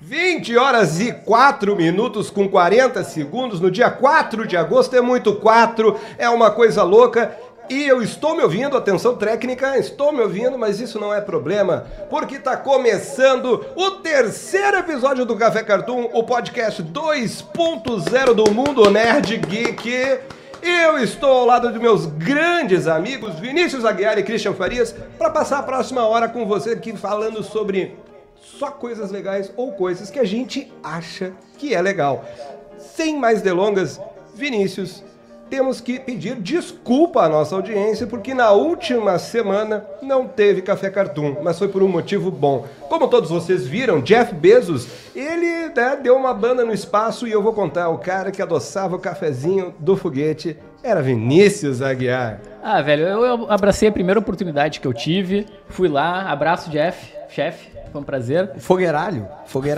20 horas e 4 minutos com 40 segundos no dia 4 de agosto, é muito 4, é uma coisa louca. E eu estou me ouvindo, atenção técnica, estou me ouvindo, mas isso não é problema, porque está começando o terceiro episódio do Café Cartoon, o podcast 2.0 do Mundo Nerd Geek. Eu estou ao lado de meus grandes amigos Vinícius Aguiar e Christian Farias para passar a próxima hora com você aqui falando sobre só coisas legais ou coisas que a gente acha que é legal. Sem mais delongas, Vinícius, temos que pedir desculpa à nossa audiência porque na última semana não teve Café Cartoon, mas foi por um motivo bom. Como todos vocês viram, Jeff Bezos, ele deu uma banda no espaço e eu vou contar, o cara que adoçava o cafezinho do foguete era Vinícius Aguiar. Ah, velho, eu abracei a primeira oportunidade que eu tive, fui lá, abraço Jeff, chefe, foi um prazer. Fogueiralho, né?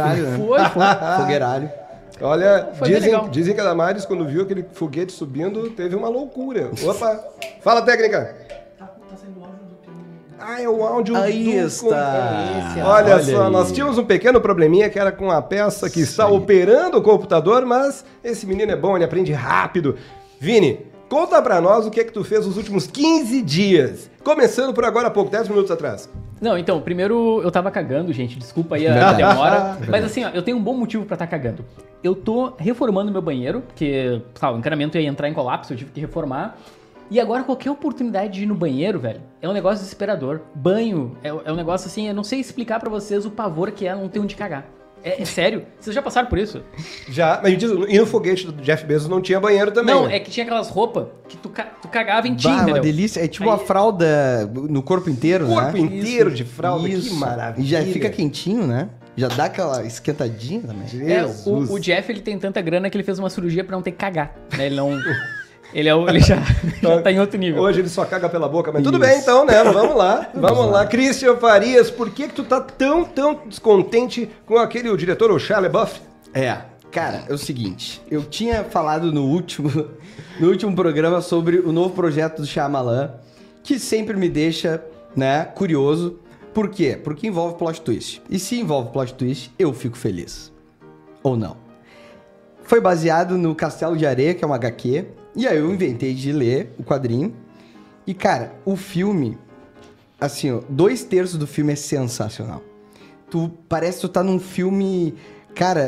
Foi. Fogueiralho. Olha, dizem que a Damares, quando viu aquele foguete subindo, teve uma loucura. Opa! Fala, técnica! Tá saindo o áudio do teu... Ah, é o áudio Aí do... está! Olha só, aí. nós tínhamos um pequeno probleminha que era com a peça que está operando o computador, mas esse menino é bom, ele aprende rápido. Vini, conta pra nós o que é que tu fez nos últimos 15 dias. Começando por agora há pouco, 10 minutos atrás. Não, então, primeiro eu tava cagando, gente, desculpa aí a demora, mas assim, ó, eu tenho um bom motivo pra estar cagando. Eu tô reformando meu banheiro, porque, sabe, o encanamento ia entrar em colapso, eu tive que reformar. E agora qualquer oportunidade de ir no banheiro, velho, é um negócio desesperador. Banho é um negócio assim, eu não sei explicar pra vocês o pavor que é não ter onde cagar. É sério? Vocês já passaram por isso? Já, mas e no foguete do Jeff Bezos não tinha banheiro também, Não, né? é que tinha aquelas roupas que tu cagava em ti, Bah, entendeu? uma delícia. É tipo Aí- uma fralda no corpo inteiro, né? Corpo inteiro Isso, de fralda, isso. que maravilha. E já fica quentinho, né? Já dá aquela esquentadinha também. Jesus. O Jeff, ele tem tanta grana que ele fez uma cirurgia pra não ter que cagar, né? Ele não... ele já tá em outro nível. Hoje ele só caga pela boca, mas tudo Isso. bem então, né? Vamos lá, vamos lá. Christian Farias, por que tu tá tão descontente com o diretor, o Shia LaBeouf? Cara, é o seguinte, eu tinha falado no último programa sobre o novo projeto do Shyamalan, que sempre me deixa, né, curioso. Por quê? Porque envolve plot twist. E se envolve plot twist, eu fico feliz. Ou não. Foi baseado no Castelo de Areia, que é uma HQ, e aí eu inventei de ler o quadrinho. E, cara, o filme, assim, ó, 2/3 do filme é sensacional. Parece que tu tá num filme, cara,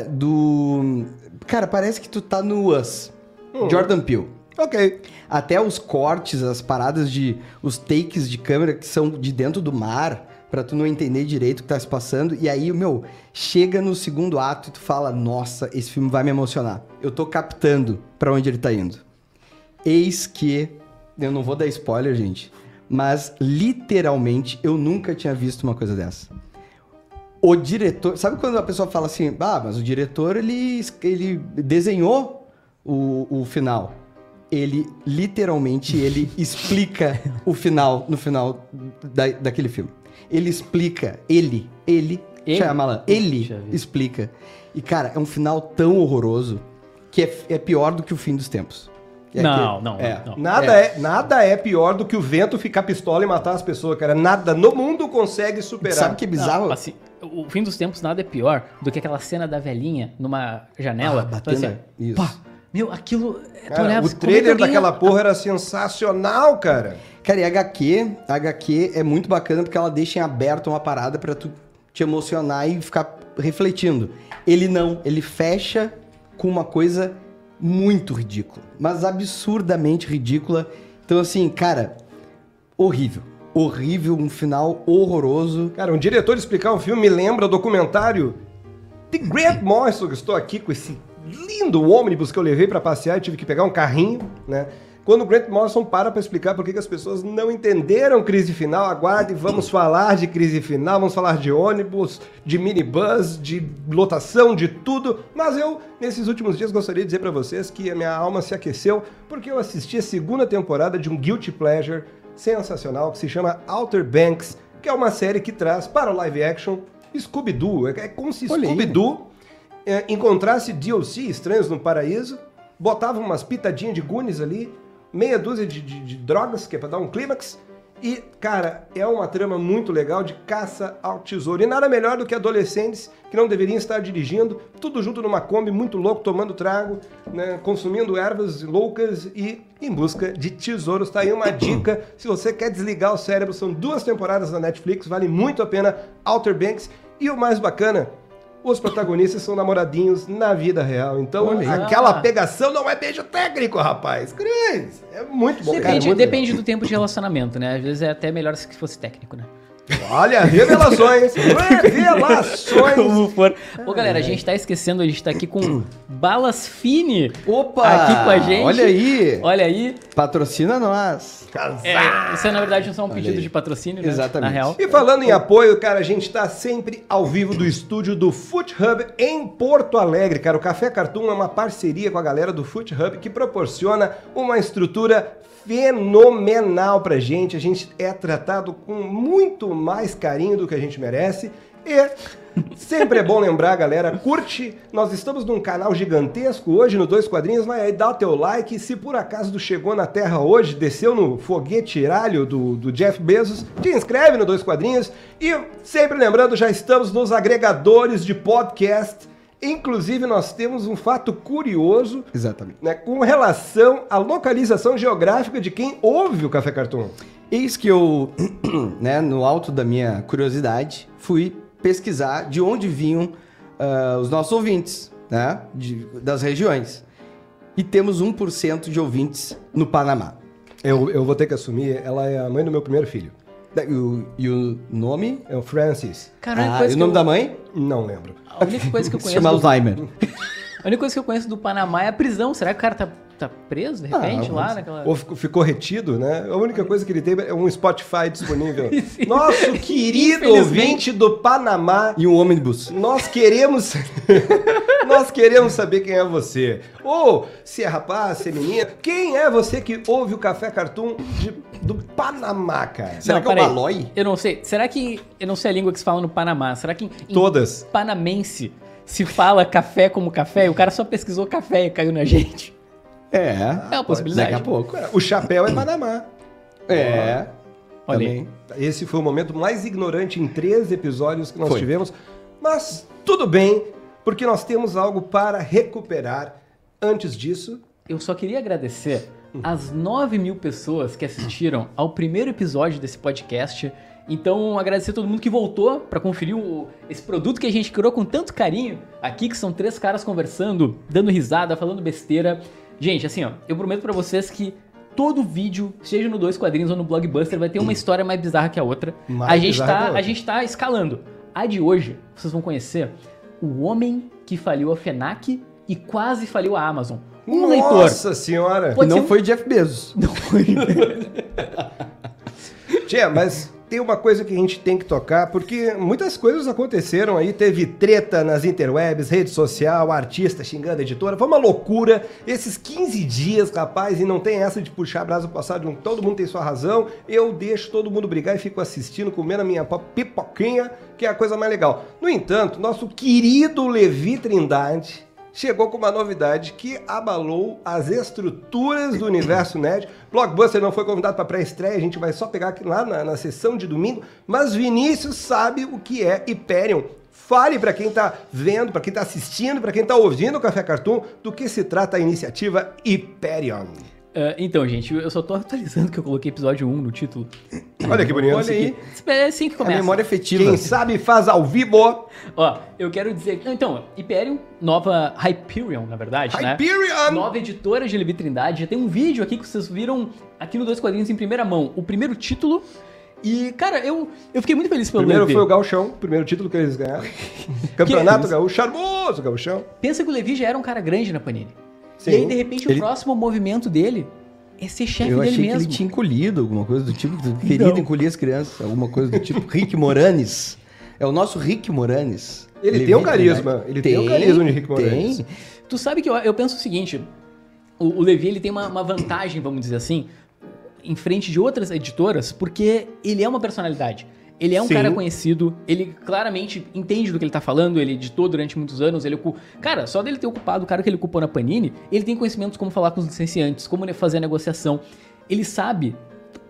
parece que tu tá no Us, Jordan Peele. Ok. Até os cortes, as paradas os takes de câmera que são de dentro do mar, pra tu não entender direito o que tá se passando. E aí, chega no segundo ato e tu fala, nossa, esse filme vai me emocionar. Eu tô captando pra onde ele tá indo. Eis que, eu não vou dar spoiler, gente, mas literalmente eu nunca tinha visto uma coisa dessa. O diretor, sabe quando a pessoa fala assim, mas o diretor, ele desenhou o final. Ele, literalmente, ele explica o final, no final daquele filme. Ele explica, ele Shyamalan, ele explica. E, cara, é um final tão horroroso que é pior do que o fim dos tempos. Não. Nada é pior do que o vento ficar pistola e matar as pessoas, cara. Nada no mundo consegue superar. Sabe que é bizarro? Não, assim, o fim dos tempos nada é pior do que aquela cena da velhinha numa janela. Batendo, assim, isso. pá, meu, aquilo... Cara, o trailer daquela porra era sensacional, cara. Cara, e a HQ é muito bacana porque ela deixa em aberto uma parada pra tu te emocionar e ficar refletindo. Ele fecha com uma coisa muito ridícula, mas absurdamente ridícula. Então, assim, cara, horrível, um final horroroso. Cara, um diretor explicar um filme me lembra o documentário The Grant Morrison, que estou aqui com esse lindo ônibus que eu levei pra passear e tive que pegar um carrinho, né? Quando o Grant Morrison para explicar por que as pessoas não entenderam crise final, aguarde, vamos falar de crise final, vamos falar de ônibus, de minibus, de lotação, de tudo. Mas eu, nesses últimos dias, gostaria de dizer pra vocês que a minha alma se aqueceu porque eu assisti a segunda temporada de um Guilty Pleasure sensacional que se chama Outer Banks, que é uma série que traz para o live action Scooby-Doo. É como se Scooby-Doo encontrasse DLC, Estranhos no Paraíso, botava umas pitadinhas de Goonies ali, meia dúzia de drogas, que é pra dar um clímax, E, cara, é uma trama muito legal de caça ao tesouro. E nada melhor do que adolescentes que não deveriam estar dirigindo, tudo junto numa Kombi, muito louco, tomando trago, né, consumindo ervas loucas e em busca de tesouros. Tá aí uma dica, se você quer desligar o cérebro, são 2 temporadas da Netflix, vale muito a pena, Outer Banks. E o mais bacana, os protagonistas são namoradinhos na vida real. Então, aquela pegação não é beijo técnico, rapaz. Cris, é muito bom. Depende do tempo de relacionamento, né? Às vezes é até melhor se fosse técnico, né? Olha, revelações! Revelações! Ô, galera, a gente tá esquecendo, a gente tá aqui com Balas Fine. Opa! Aqui com a gente. Olha aí! Olha aí. Patrocina nós! Isso é, na verdade, só um pedido de patrocínio, né? Exatamente. Na real. E falando em apoio, cara, a gente tá sempre ao vivo do estúdio do Foot Hub em Porto Alegre, cara. O Café Cartoon é uma parceria com a galera do Foot Hub que proporciona uma estrutura fenomenal pra gente. A gente é tratado com muito mais carinho do que a gente merece. E sempre é bom lembrar, galera, curte. Nós estamos num canal gigantesco hoje no Dois Quadrinhos. Vai aí, dá o teu like. Se por acaso tu chegou na Terra hoje, desceu no foguete iralho do Jeff Bezos, te inscreve no Dois Quadrinhos. E sempre lembrando, já estamos nos agregadores de podcast. Inclusive, nós temos um fato curioso, Exatamente, né, com relação à localização geográfica de quem ouve o Café Cartoon. Eis que eu, né, no alto da minha curiosidade, fui pesquisar de onde vinham os nossos ouvintes, né, das regiões. E temos 1% de ouvintes no Panamá. Eu vou ter que assumir, ela é a mãe do meu primeiro filho. E o nome? É o Francis. Caralho, E o nome da mãe? Não lembro. A única coisa que eu Se conheço. chama Alzheimer. A única coisa que eu conheço do Panamá é a prisão. Será que o cara tá preso, de repente, lá naquela. Ou ficou retido, né? A única coisa que ele tem é um Spotify disponível. Nosso querido ouvinte do Panamá. E um ônibus. Nós queremos saber quem é você. Ou se é rapaz, se é menina. Quem é você que ouve o Café Cartoon do Panamá, cara? Será que é o Malói? Eu não sei. Será que... Eu não sei a língua que se fala no Panamá. Será que em Todas. panamense se fala café como café e o cara só pesquisou café e caiu na gente? É uma possibilidade. Daqui a pouco. O chapéu é Panamá. É. Olha Também. Esse foi o momento mais ignorante em 3 episódios que nós Foi. tivemos. Mas tudo bem, porque nós temos algo para recuperar. Antes disso, Eu só queria agradecer as 9.000 pessoas que assistiram ao primeiro episódio desse podcast. Então, agradecer a todo mundo que voltou para conferir esse produto que a gente criou com tanto carinho aqui, que são 3 caras conversando, dando risada, falando besteira. Gente, assim, ó, eu prometo para vocês que todo vídeo, seja no Dois Quadrinhos ou no Blockbuster, vai ter uma história mais bizarra que a outra. A gente tá escalando. A de hoje, vocês vão conhecer o homem que faliu a FENAC e quase faliu a Amazon. Leitor. Nossa senhora! E não foi Jeff Bezos. Não foi. Tia, mas tem uma coisa que a gente tem que tocar, porque muitas coisas aconteceram aí, teve treta nas interwebs, rede social, artista xingando a editora, foi uma loucura, esses 15 dias, rapaz, e não tem essa de puxar a brasa pro passado, todo mundo tem sua razão, eu deixo todo mundo brigar e fico assistindo, comendo a minha pipoquinha, que é a coisa mais legal. No entanto, nosso querido Levi Trindade chegou com uma novidade que abalou as estruturas do universo nerd. Blockbuster não foi convidado para pré-estreia, a gente vai só pegar aqui lá na sessão de domingo, mas Vinícius sabe o que é Hyperion. Fale para quem tá vendo, para quem tá assistindo, para quem tá ouvindo o Café Cartoon, do que se trata a iniciativa Hyperion. Então, gente, eu só tô atualizando que eu coloquei episódio 1 no título. Olha que bonito. Olha aí. É assim que A começa. memória efetiva. Quem sabe faz ao vivo. Ó, eu quero dizer... Então, Hyperion, nova Hyperion, na verdade, né? Hyperion! Nova editora de Levi Trindade. Já tem um vídeo aqui que vocês viram aqui no Dois Quadrinhos em primeira mão. O primeiro título. E, cara, eu fiquei muito feliz pelo Primeiro Levi. foi o Gauchão, primeiro título que eles ganharam. Campeonato Gaúcho, charmoso Gauchão. Pensa que o Levi já era um cara grande na Panini. Sim. E aí, de repente, o próximo movimento dele é ser chefe Eu dele achei mesmo. que ele tinha encolhido alguma coisa do tipo, querido encolher as crianças, alguma coisa do tipo. Rick Moranis. É o nosso Rick Moranis. Ele tem um carisma, ele tem um carisma de Rick Moranis. Tem. Tu sabe que eu penso o seguinte, o Levi ele tem uma vantagem, vamos dizer assim, em frente de outras editoras, porque ele é uma personalidade. Ele é um Sim. cara conhecido, ele claramente entende do que ele tá falando, ele editou durante muitos anos, Cara, só dele ter ocupado o cara que ele ocupou na Panini, ele tem conhecimentos como falar com os licenciantes, como fazer a negociação. Ele sabe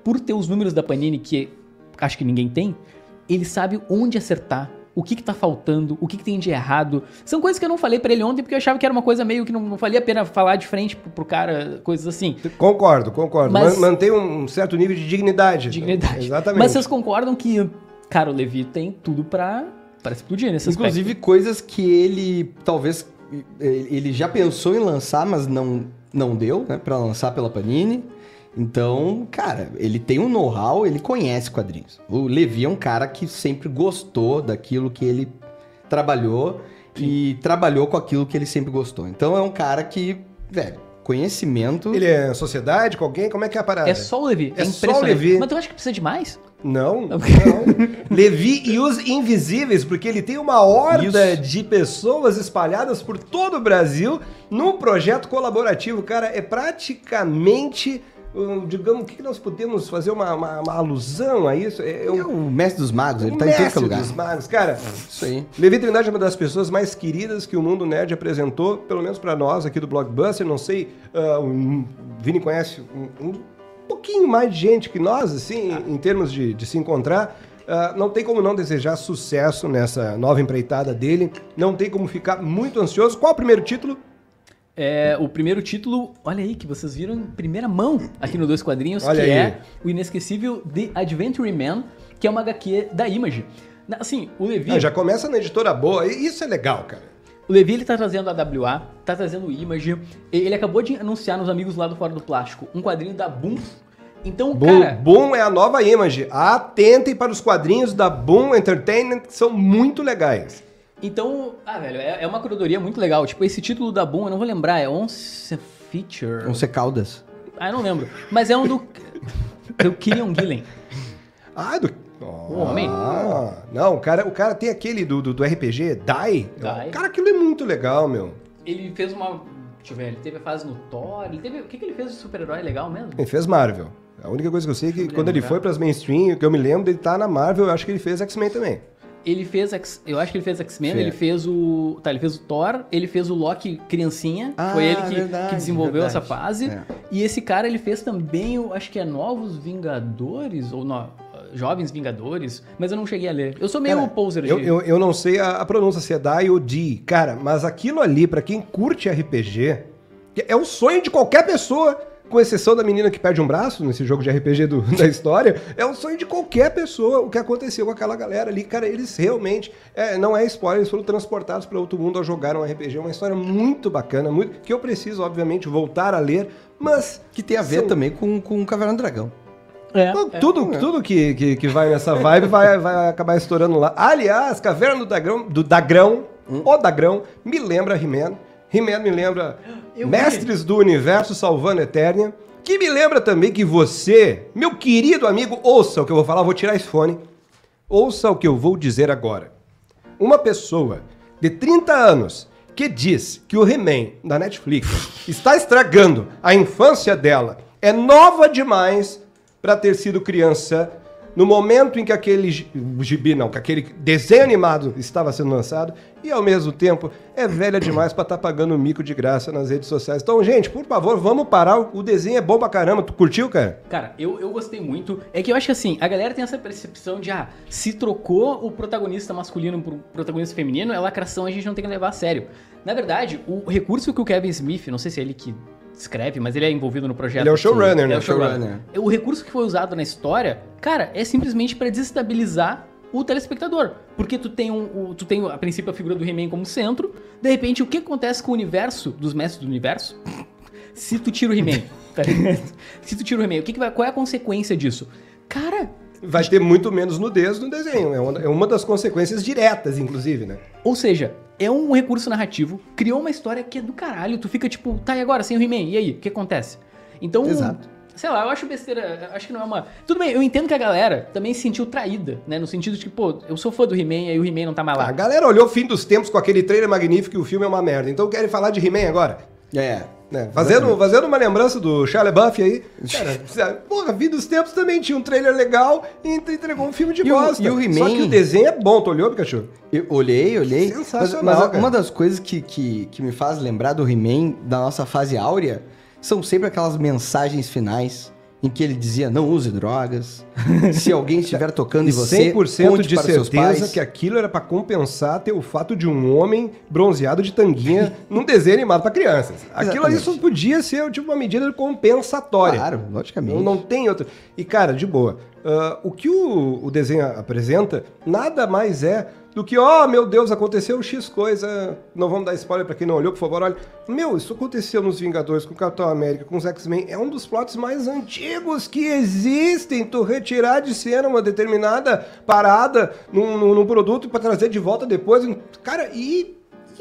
por ter os números da Panini, que acho que ninguém tem, ele sabe onde acertar, o que tá faltando, o que tem de errado. São coisas que eu não falei pra ele ontem, porque eu achava que era uma coisa meio que não valia a pena falar de frente pro cara, coisas assim. Concordo. Mas- Mantém um certo nível de dignidade. Dignidade. Exatamente. Mas vocês concordam que, cara, o Levi tem tudo pra explodir nesse aspecto. Inclusive coisas que ele talvez ele já pensou em lançar, mas não deu, né, pra lançar pela Panini. Então, cara, ele tem um know-how, ele conhece quadrinhos. O Levi é um cara que sempre gostou daquilo que ele trabalhou e trabalhou com aquilo que ele sempre gostou. Então é um cara que, velho, conhecimento... Ele é sociedade com alguém? Como é que é a parada? É só o Levi. É só o impressionante. Levi. Mas tu acha que precisa de mais? Não. Levi e os invisíveis, porque ele tem uma horda de pessoas espalhadas por todo o Brasil num projeto colaborativo. Cara, é praticamente, digamos, o que nós podemos fazer uma alusão a isso? É o mestre dos magos, ele tá em todo lugar. Dos magos. Cara, Isso aí. Levi Trindade é uma das pessoas mais queridas que o Mundo Nerd apresentou, pelo menos pra nós aqui do Blockbuster. Não sei, o Vini conhece um pouquinho mais de gente que nós, assim, em termos de se encontrar. Não tem como não desejar sucesso nessa nova empreitada dele. Não tem como ficar muito ansioso. Qual o primeiro título? O primeiro título, olha aí, que vocês viram em primeira mão aqui no Dois Quadrinhos, Olha que aí. é o inesquecível The Adventure Man, que é uma HQ da Image. Assim, o Levi... Já começa na editora boa. E isso é legal, cara. O Levi, ele tá trazendo a WA, tá trazendo o Image. Ele acabou de anunciar nos amigos lá do Fora do Plástico um quadrinho da Boom. Então, cara... Boom é a nova Image. Atentem para os quadrinhos da Boom Entertainment, que são muito legais. Então, velho, é uma curadoria muito legal. Tipo, esse título da Boom, eu não vou lembrar, é Once Feature... Vão ser Caldas. Eu não lembro. Mas é um do Kieran Gillen. O homem. Não, o cara tem aquele do RPG, Die. Die. Cara, aquilo é muito legal, meu. Ele fez uma... Deixa eu ver, ele teve a fase no Thor, ele teve... O que ele fez de super-herói legal mesmo? Ele fez Marvel. A única coisa que eu sei é que quando ele foi pras mainstream, que eu me lembro dele tá na Marvel, eu acho que ele fez X-Men também. Ele fez... Eu acho que ele fez X-Men, Sim. ele fez o... Tá, ele fez o Thor, ele fez o Loki criancinha, foi ele que desenvolveu essa fase. É. E esse cara, ele fez também, o acho que é Novos Vingadores, ou Jovens Vingadores, mas eu não cheguei a ler. Eu sou meio poser de... Eu não sei a pronúncia, se é Die ou Die. Cara, mas aquilo ali, pra quem curte RPG, é o sonho de qualquer pessoa, com exceção da menina que perde um braço nesse jogo de RPG da história, é o sonho de qualquer pessoa o que aconteceu com aquela galera ali. Cara, eles realmente, não é spoiler, eles foram transportados para outro mundo ao jogar um RPG. É uma história muito bacana, muito, que eu preciso, obviamente, voltar a ler, mas... Que tem a ver também com Caverna do Dragão. Tudo que vai nessa vibe vai acabar estourando lá. Aliás, Caverna do Dagrão, o Dagrão, me lembra He-Man. He-Man me lembra Mestres do Universo Salvando Eternia, que me lembra também que você, meu querido amigo, ouça o que eu vou falar, vou tirar esse fone, ouça o que eu vou dizer agora. Uma pessoa de 30 anos que diz que o He-Man da Netflix está estragando a infância dela, é nova demais para ter sido criança no momento em que aquele que aquele desenho animado estava sendo lançado, e ao mesmo tempo é velha demais para estar pagando mico de graça nas redes sociais. Então, gente, por favor, vamos parar, o desenho é bom pra caramba. Tu curtiu, cara? Cara, eu gostei muito. É que eu acho que assim, a galera tem essa percepção de, se trocou o protagonista masculino por protagonista feminino, é lacração, a gente não tem que levar a sério. Na verdade, o recurso que o Kevin Smith, não sei se é ele que escreve, mas ele é envolvido no projeto. Ele é o showrunner, né? É o showrunner. O recurso que foi usado na história, cara, é simplesmente pra desestabilizar o telespectador. Porque tu tem, a princípio, a figura do He-Man como centro, de repente, o que acontece com o universo, dos mestres do universo, se tu tira o He-Man? Se tu tira o He-Man, qual é a consequência disso? Cara... Vai ter muito menos nudez no desenho. É uma das consequências diretas, inclusive, né? Ou seja, é um recurso narrativo, criou uma história que é do caralho, tu fica tipo, tá, e agora, sem o He-Man, e aí, o que acontece? Então, exato. Sei lá, eu acho besteira, acho que não é uma... Tudo bem, eu entendo que a galera também se sentiu traída, né, no sentido de que, pô, eu sou fã do He-Man, aí o He-Man não tá mais lá. A galera olhou o fim dos tempos com aquele trailer magnífico e o filme é uma merda, então querem falar de He-Man agora? Né? Fazendo uma lembrança do Shia LaBeouf aí, cara, porra, Fim dos Tempos também tinha um trailer legal e entregou um filme de bosta. E o He-Man... Só que o desenho é bom, tu olhou, Pikachu? Eu olhei. Sensacional, mas uma das coisas que me faz lembrar do He-Man, da nossa fase áurea, são sempre aquelas mensagens finais em que ele dizia não use drogas, se alguém estiver tocando em você, 100% conte de para seus certeza pais. que aquilo era pra compensar ter o fato de um homem bronzeado de tanguinha num desenho animado pra crianças. Aquilo ali só podia ser tipo uma medida compensatória. Claro, logicamente. Não tem outra. E, cara, de boa, o que o desenho apresenta nada mais é do que, meu Deus, aconteceu X coisa, não vamos dar spoiler pra quem não olhou, por favor, olha. Meu, isso aconteceu nos Vingadores, com o Capitão América, com os X-Men, é um dos plots mais antigos que existem, tu retirar de cena uma determinada parada num produto pra trazer de volta depois. Cara, e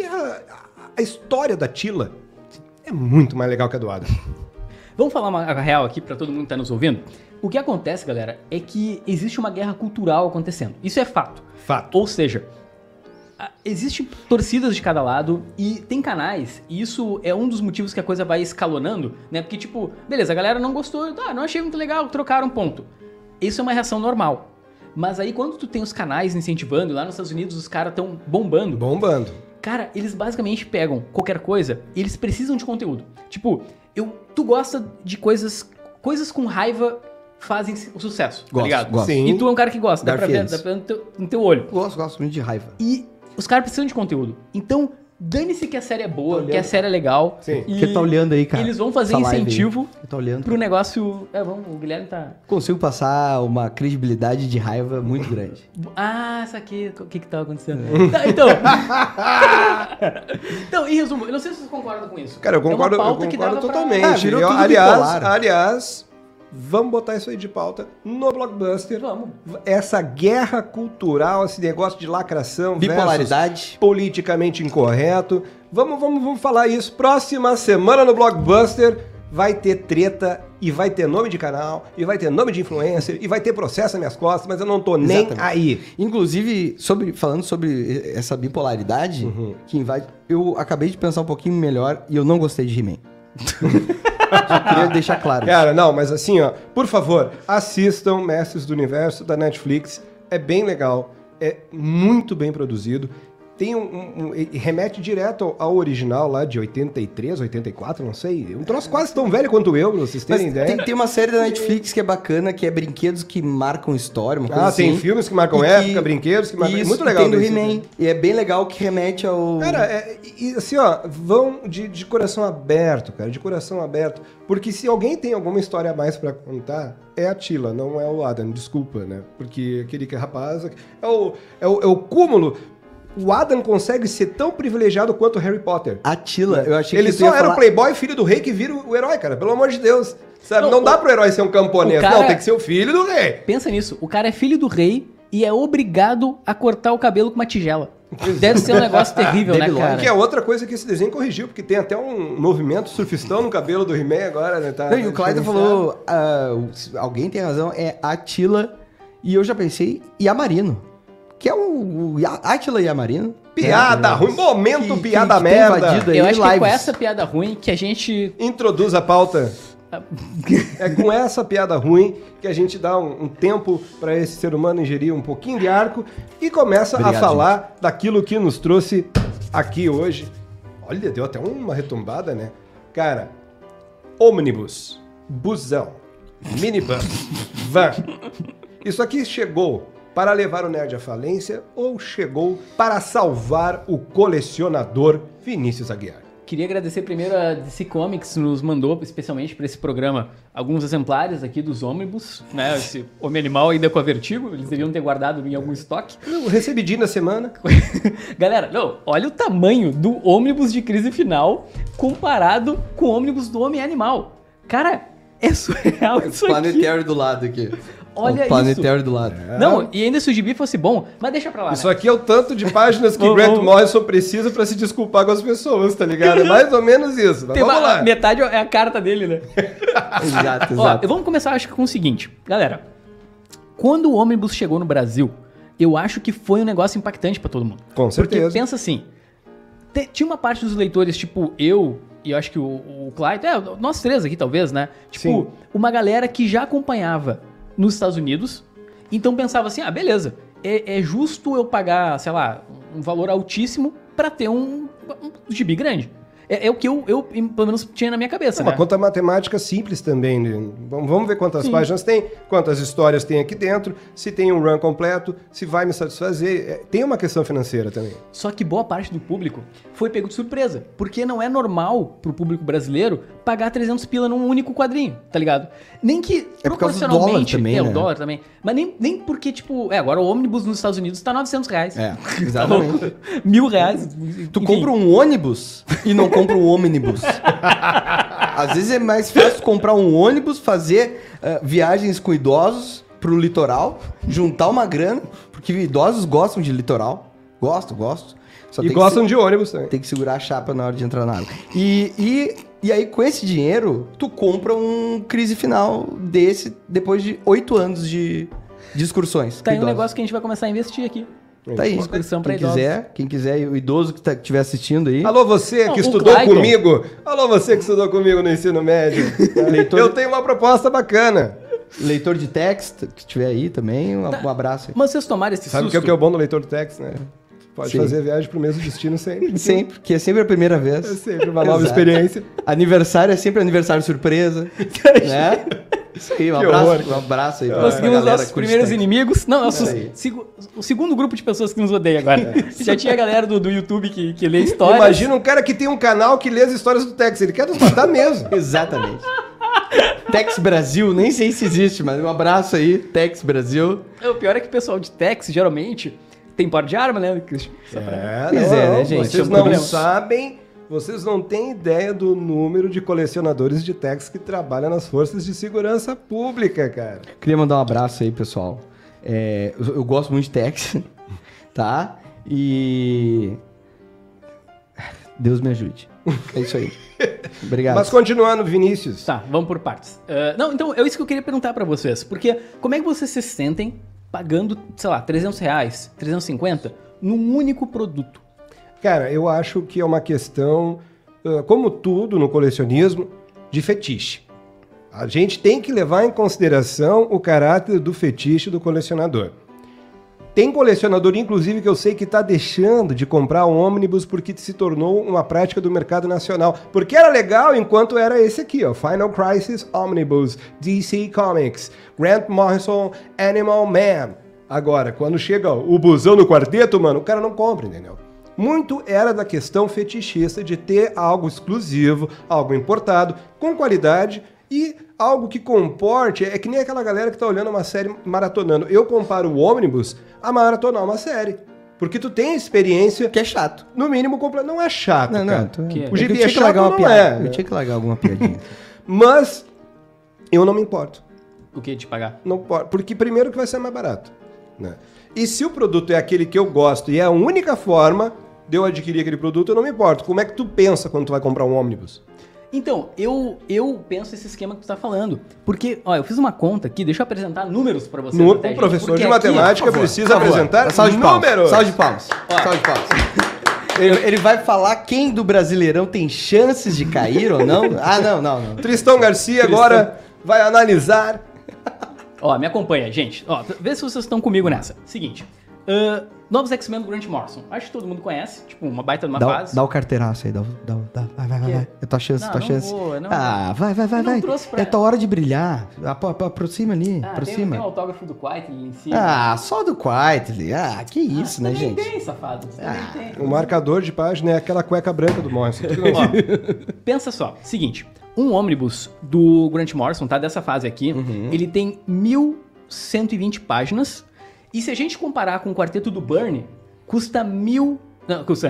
a história da Tila é muito mais legal que a do Adam. Vamos falar uma real aqui pra todo mundo que tá nos ouvindo? O que acontece, galera, é que existe uma guerra cultural acontecendo. Isso é fato. Fato. Ou seja, existem torcidas de cada lado e tem canais, e isso é um dos motivos que a coisa vai escalonando, né? Porque, tipo, beleza, a galera não gostou, não achei muito legal, trocaram, ponto. Isso é uma reação normal. Mas aí quando tu tem os canais incentivando, lá nos Estados Unidos os caras estão bombando. Bombando. Cara, eles basicamente pegam qualquer coisa e eles precisam de conteúdo. Tipo, tu gosta de coisas com raiva fazem o sucesso, tá ligado? Gosto. Sim. E tu é um cara que gosta, dá pra ver Garfiennes. no teu olho. Gosto muito de raiva. E os caras precisam de conteúdo. Então, dane-se que a série é boa, que a série é legal. Sim. E Que tá olhando aí, cara. eles vão fazer Essa live incentivo aí. Que tá olhando. pro negócio... o Guilherme tá... Consigo passar uma credibilidade de raiva muito grande. Ah, isso aqui, o que tava acontecendo? Tá, então... então, em resumo, eu não sei se vocês concordam com isso. Cara, eu concordo, é uma pauta que dava totalmente. virou Eu, tudo bipolar. aliás, vamos botar isso aí de pauta no Blockbuster. Vamos. Essa guerra cultural, esse negócio de lacração Bipolaridade. versus politicamente incorreto. Vamos falar isso. Próxima semana no Blockbuster vai ter treta e vai ter nome de canal e vai ter nome de influencer e vai ter processo nas minhas costas, mas eu não tô nem Exatamente. aí. Inclusive, falando sobre essa bipolaridade, que eu acabei de pensar um pouquinho melhor e eu não gostei de He-Man. Só queria deixar claro. Cara, não, mas assim, ó, por favor, assistam Mestres do Universo da Netflix. É bem legal, é muito bem produzido. Tem remete direto ao original lá de 83, 84, não sei. Um troço quase tão velho quanto eu, pra vocês terem ideia. Tem uma série da Netflix que é bacana, que é brinquedos que marcam história, uma coisa Tem assim. filmes que marcam época, brinquedos que marcam... Isso, muito legal. tem do desse. He-Man. E é bem legal que remete ao... Cara, assim, ó, vão de coração aberto, cara, de coração aberto. Porque se alguém tem alguma história a mais pra contar, é a Tila, não é o Adam, desculpa, né? Porque aquele que é rapaz é o cúmulo. O Adam consegue ser tão privilegiado quanto o Harry Potter. A Tila, eu achei Ele que tu só ia era falar... o playboy, filho do rei, que vira o herói, cara. Pelo amor de Deus. Sabe? Não dá pro herói ser um camponês. o cara- Não, tem que ser o filho do rei. Pensa nisso, o cara é filho do rei e é obrigado a cortar o cabelo com uma tigela. Deve ser um negócio terrível, né, Baby cara? Que é outra coisa que esse desenho corrigiu, porque tem até um movimento surfistão no cabelo do He-Man agora, né? Tá, Não, e o Clyde falou, alguém tem razão, é a Tila, e eu já pensei, Yamarino, que é o Átila Yamarino. Piada ruim, momento que piada tem merda. invadido aí Eu acho que é com lives. essa piada ruim que a gente... Introduz a pauta. É com essa piada ruim que a gente dá um tempo para esse ser humano ingerir um pouquinho de arco e começa Obrigado, a falar daquilo que nos trouxe aqui hoje. Olha, deu até uma retumbada, né? Cara, ônibus, busão, minibus, van. Isso aqui chegou para levar o nerd à falência ou chegou para salvar o colecionador Vinícius Aguiar? Queria agradecer primeiro a DC Comics, nos mandou especialmente para esse programa alguns exemplares aqui dos ônibus, né? Esse Homem Animal ainda com a Vertigo, eles deviam ter guardado em algum estoque. Eu recebi dia na semana. Galera, não, olha o tamanho do ônibus de crise final comparado com o ônibus do Homem Animal. Cara, é surreal isso aqui. Planetário do lado aqui. Olha o planetário do lado. Não, e ainda se o gibi fosse bom, mas deixa pra lá, Isso né? aqui é o tanto de páginas que Grant Morrison precisa pra se desculpar com as pessoas, tá ligado? É mais ou menos isso. Mas vamos lá. Metade é a carta dele, né? Exato, Ó, exato. vamos começar, acho que com o seguinte. Galera, quando o ônibus chegou no Brasil, eu acho que foi um negócio impactante pra todo mundo. Com certeza. Porque pensa assim, tinha uma parte dos leitores, tipo eu, e eu acho que o Clyde, nós três aqui talvez, né? Tipo, Sim. uma galera que já acompanhava nos Estados Unidos, então pensava assim, beleza, é justo eu pagar, sei lá, um valor altíssimo pra ter um gibi grande. É o que eu, pelo menos, tinha na minha cabeça, Uma né? conta matemática simples também. Né? Vamos ver quantas páginas tem, quantas histórias tem aqui dentro, se tem um run completo, se vai me satisfazer. Tem uma questão financeira também. Só que boa parte do público foi pego de surpresa, porque não é normal pro público brasileiro pagar 300 pila num único quadrinho, tá ligado? Nem que É por causa do proporcionalmente... dólar também, o né? dólar também. Mas nem porque, tipo... agora o ônibus nos Estados Unidos tá R$900. É, exatamente. R$1.000. Tu compra um ônibus e não compra um ônibus. Às vezes é mais fácil comprar um ônibus, fazer viagens com idosos pro litoral, juntar uma grana, porque idosos gostam de litoral. Gosto. Só E tem que gostam de ônibus também. tem que segurar a chapa na hora de entrar na água. E aí, com esse dinheiro, tu compra um crise final desse depois de 8 anos de excursões. Tá aí um com idosos. negócio que a gente vai começar a investir aqui. Tá aí. Excursão pra Quem quiser, o idoso que estiver assistindo aí. Alô, você Não, que o estudou Clayton. comigo. Alô, você que estudou comigo no ensino médio. Eu tenho uma proposta bacana. Leitor de texto que estiver aí também, um abraço aí. Mas vocês tomaram esse Sabe o susto? que é o bom do leitor de text, né? Pode Sim. fazer viagem pro mesmo destino sempre. Sempre, que é sempre a primeira vez. É sempre uma nova Exato. experiência. Aniversário é sempre aniversário surpresa. Né? Isso aí, um Que abraço, horror. um abraço aí. pra Conseguimos galera nossos que curte primeiros texto. inimigos. Não, aí. o segundo grupo de pessoas que nos odeia agora. Já tinha a galera do YouTube que lê histórias. Imagina um cara que tem um canal que lê as histórias do Tex. Ele quer nos matar mesmo. Exatamente. Tex Brasil, nem sei se existe, mas um abraço aí, Tex Brasil. O pior é que o pessoal de Tex, geralmente, tem porte de arma, né, Christian? Só pra- Pois é, né, gente? Vocês Isso é um não problema. sabem, vocês não têm ideia do número de colecionadores de Tex que trabalham nas forças de segurança pública, cara. Queria mandar um abraço aí, pessoal. Eu gosto muito de Tex, tá? E... Deus me ajude. É isso aí. Obrigado. Mas continuando, Vinícius. Tá, vamos por partes. Não, então, é isso que eu queria perguntar pra vocês. Porque como é que vocês se sentem pagando, sei lá, R$300, 350 num único produto? Cara, eu acho que é uma questão, como tudo no colecionismo, de fetiche. A gente tem que levar em consideração o caráter do fetiche do colecionador. Tem colecionador, inclusive, que eu sei que está deixando de comprar um ônibus porque se tornou uma prática do mercado nacional. Porque era legal enquanto era esse aqui, ó. Final Crisis Omnibus, DC Comics, Grant Morrison, Animal Man. Agora, quando chega ó, o busão no quarteto, mano, o cara não compra, entendeu? Muito era da questão fetichista de ter algo exclusivo, algo importado, com qualidade e algo que comporte. É que nem aquela galera que tá olhando uma série maratonando. Eu comparo o ônibus a maratonar uma série. Porque tu tem experiência, Que é chato. no mínimo, completa. Não é chato, cara. Que- O gibi eu tinha é que chato, largar uma não piada. é. Eu tinha que largar alguma piadinha. Mas eu não me importo. O que de pagar? Não pode, porque primeiro que vai ser mais barato, né? E se o produto é aquele que eu gosto e é a única forma de eu adquirir aquele produto, eu não me importo. Como é que tu pensa quando tu vai comprar um ônibus? Então, eu penso esse esquema que tu tá falando. Porque, ó, eu fiz uma conta aqui, deixa eu apresentar números pra vocês. O até, gente, professor porque de aqui, matemática por favor, precisa por favor. apresentar Salve de palmas. números. Salve de palmas. Ó. Salve de palmas. Ele vai falar quem do Brasileirão tem chances de cair ou não? Ah, não. Tristão Garcia agora vai analisar. Ó, me acompanha, gente. Ó, vê se vocês estão comigo nessa. Seguinte. Novos X-Men do Grant Morrison. Acho que todo mundo conhece. Tipo, uma baita de uma fase. Dá o carteiraço aí, vai. É tua chance, Não, tua não chance. vou, não vai. Eu não trouxe pra- É tua hora de brilhar. Aproxima ali, Tem aproxima. um autógrafo do Quiet ali em cima. Ah, só do Quietly. Ah, que isso, né, Também gente? tem, safado. Também tem. O marcador de página é aquela cueca branca do Morrison. Ó, pensa só, seguinte, um ônibus do Grant Morrison, tá, dessa fase aqui, ele tem 1.120 páginas, e se a gente comparar com o quarteto do Burn, custa 1.000... Não, custa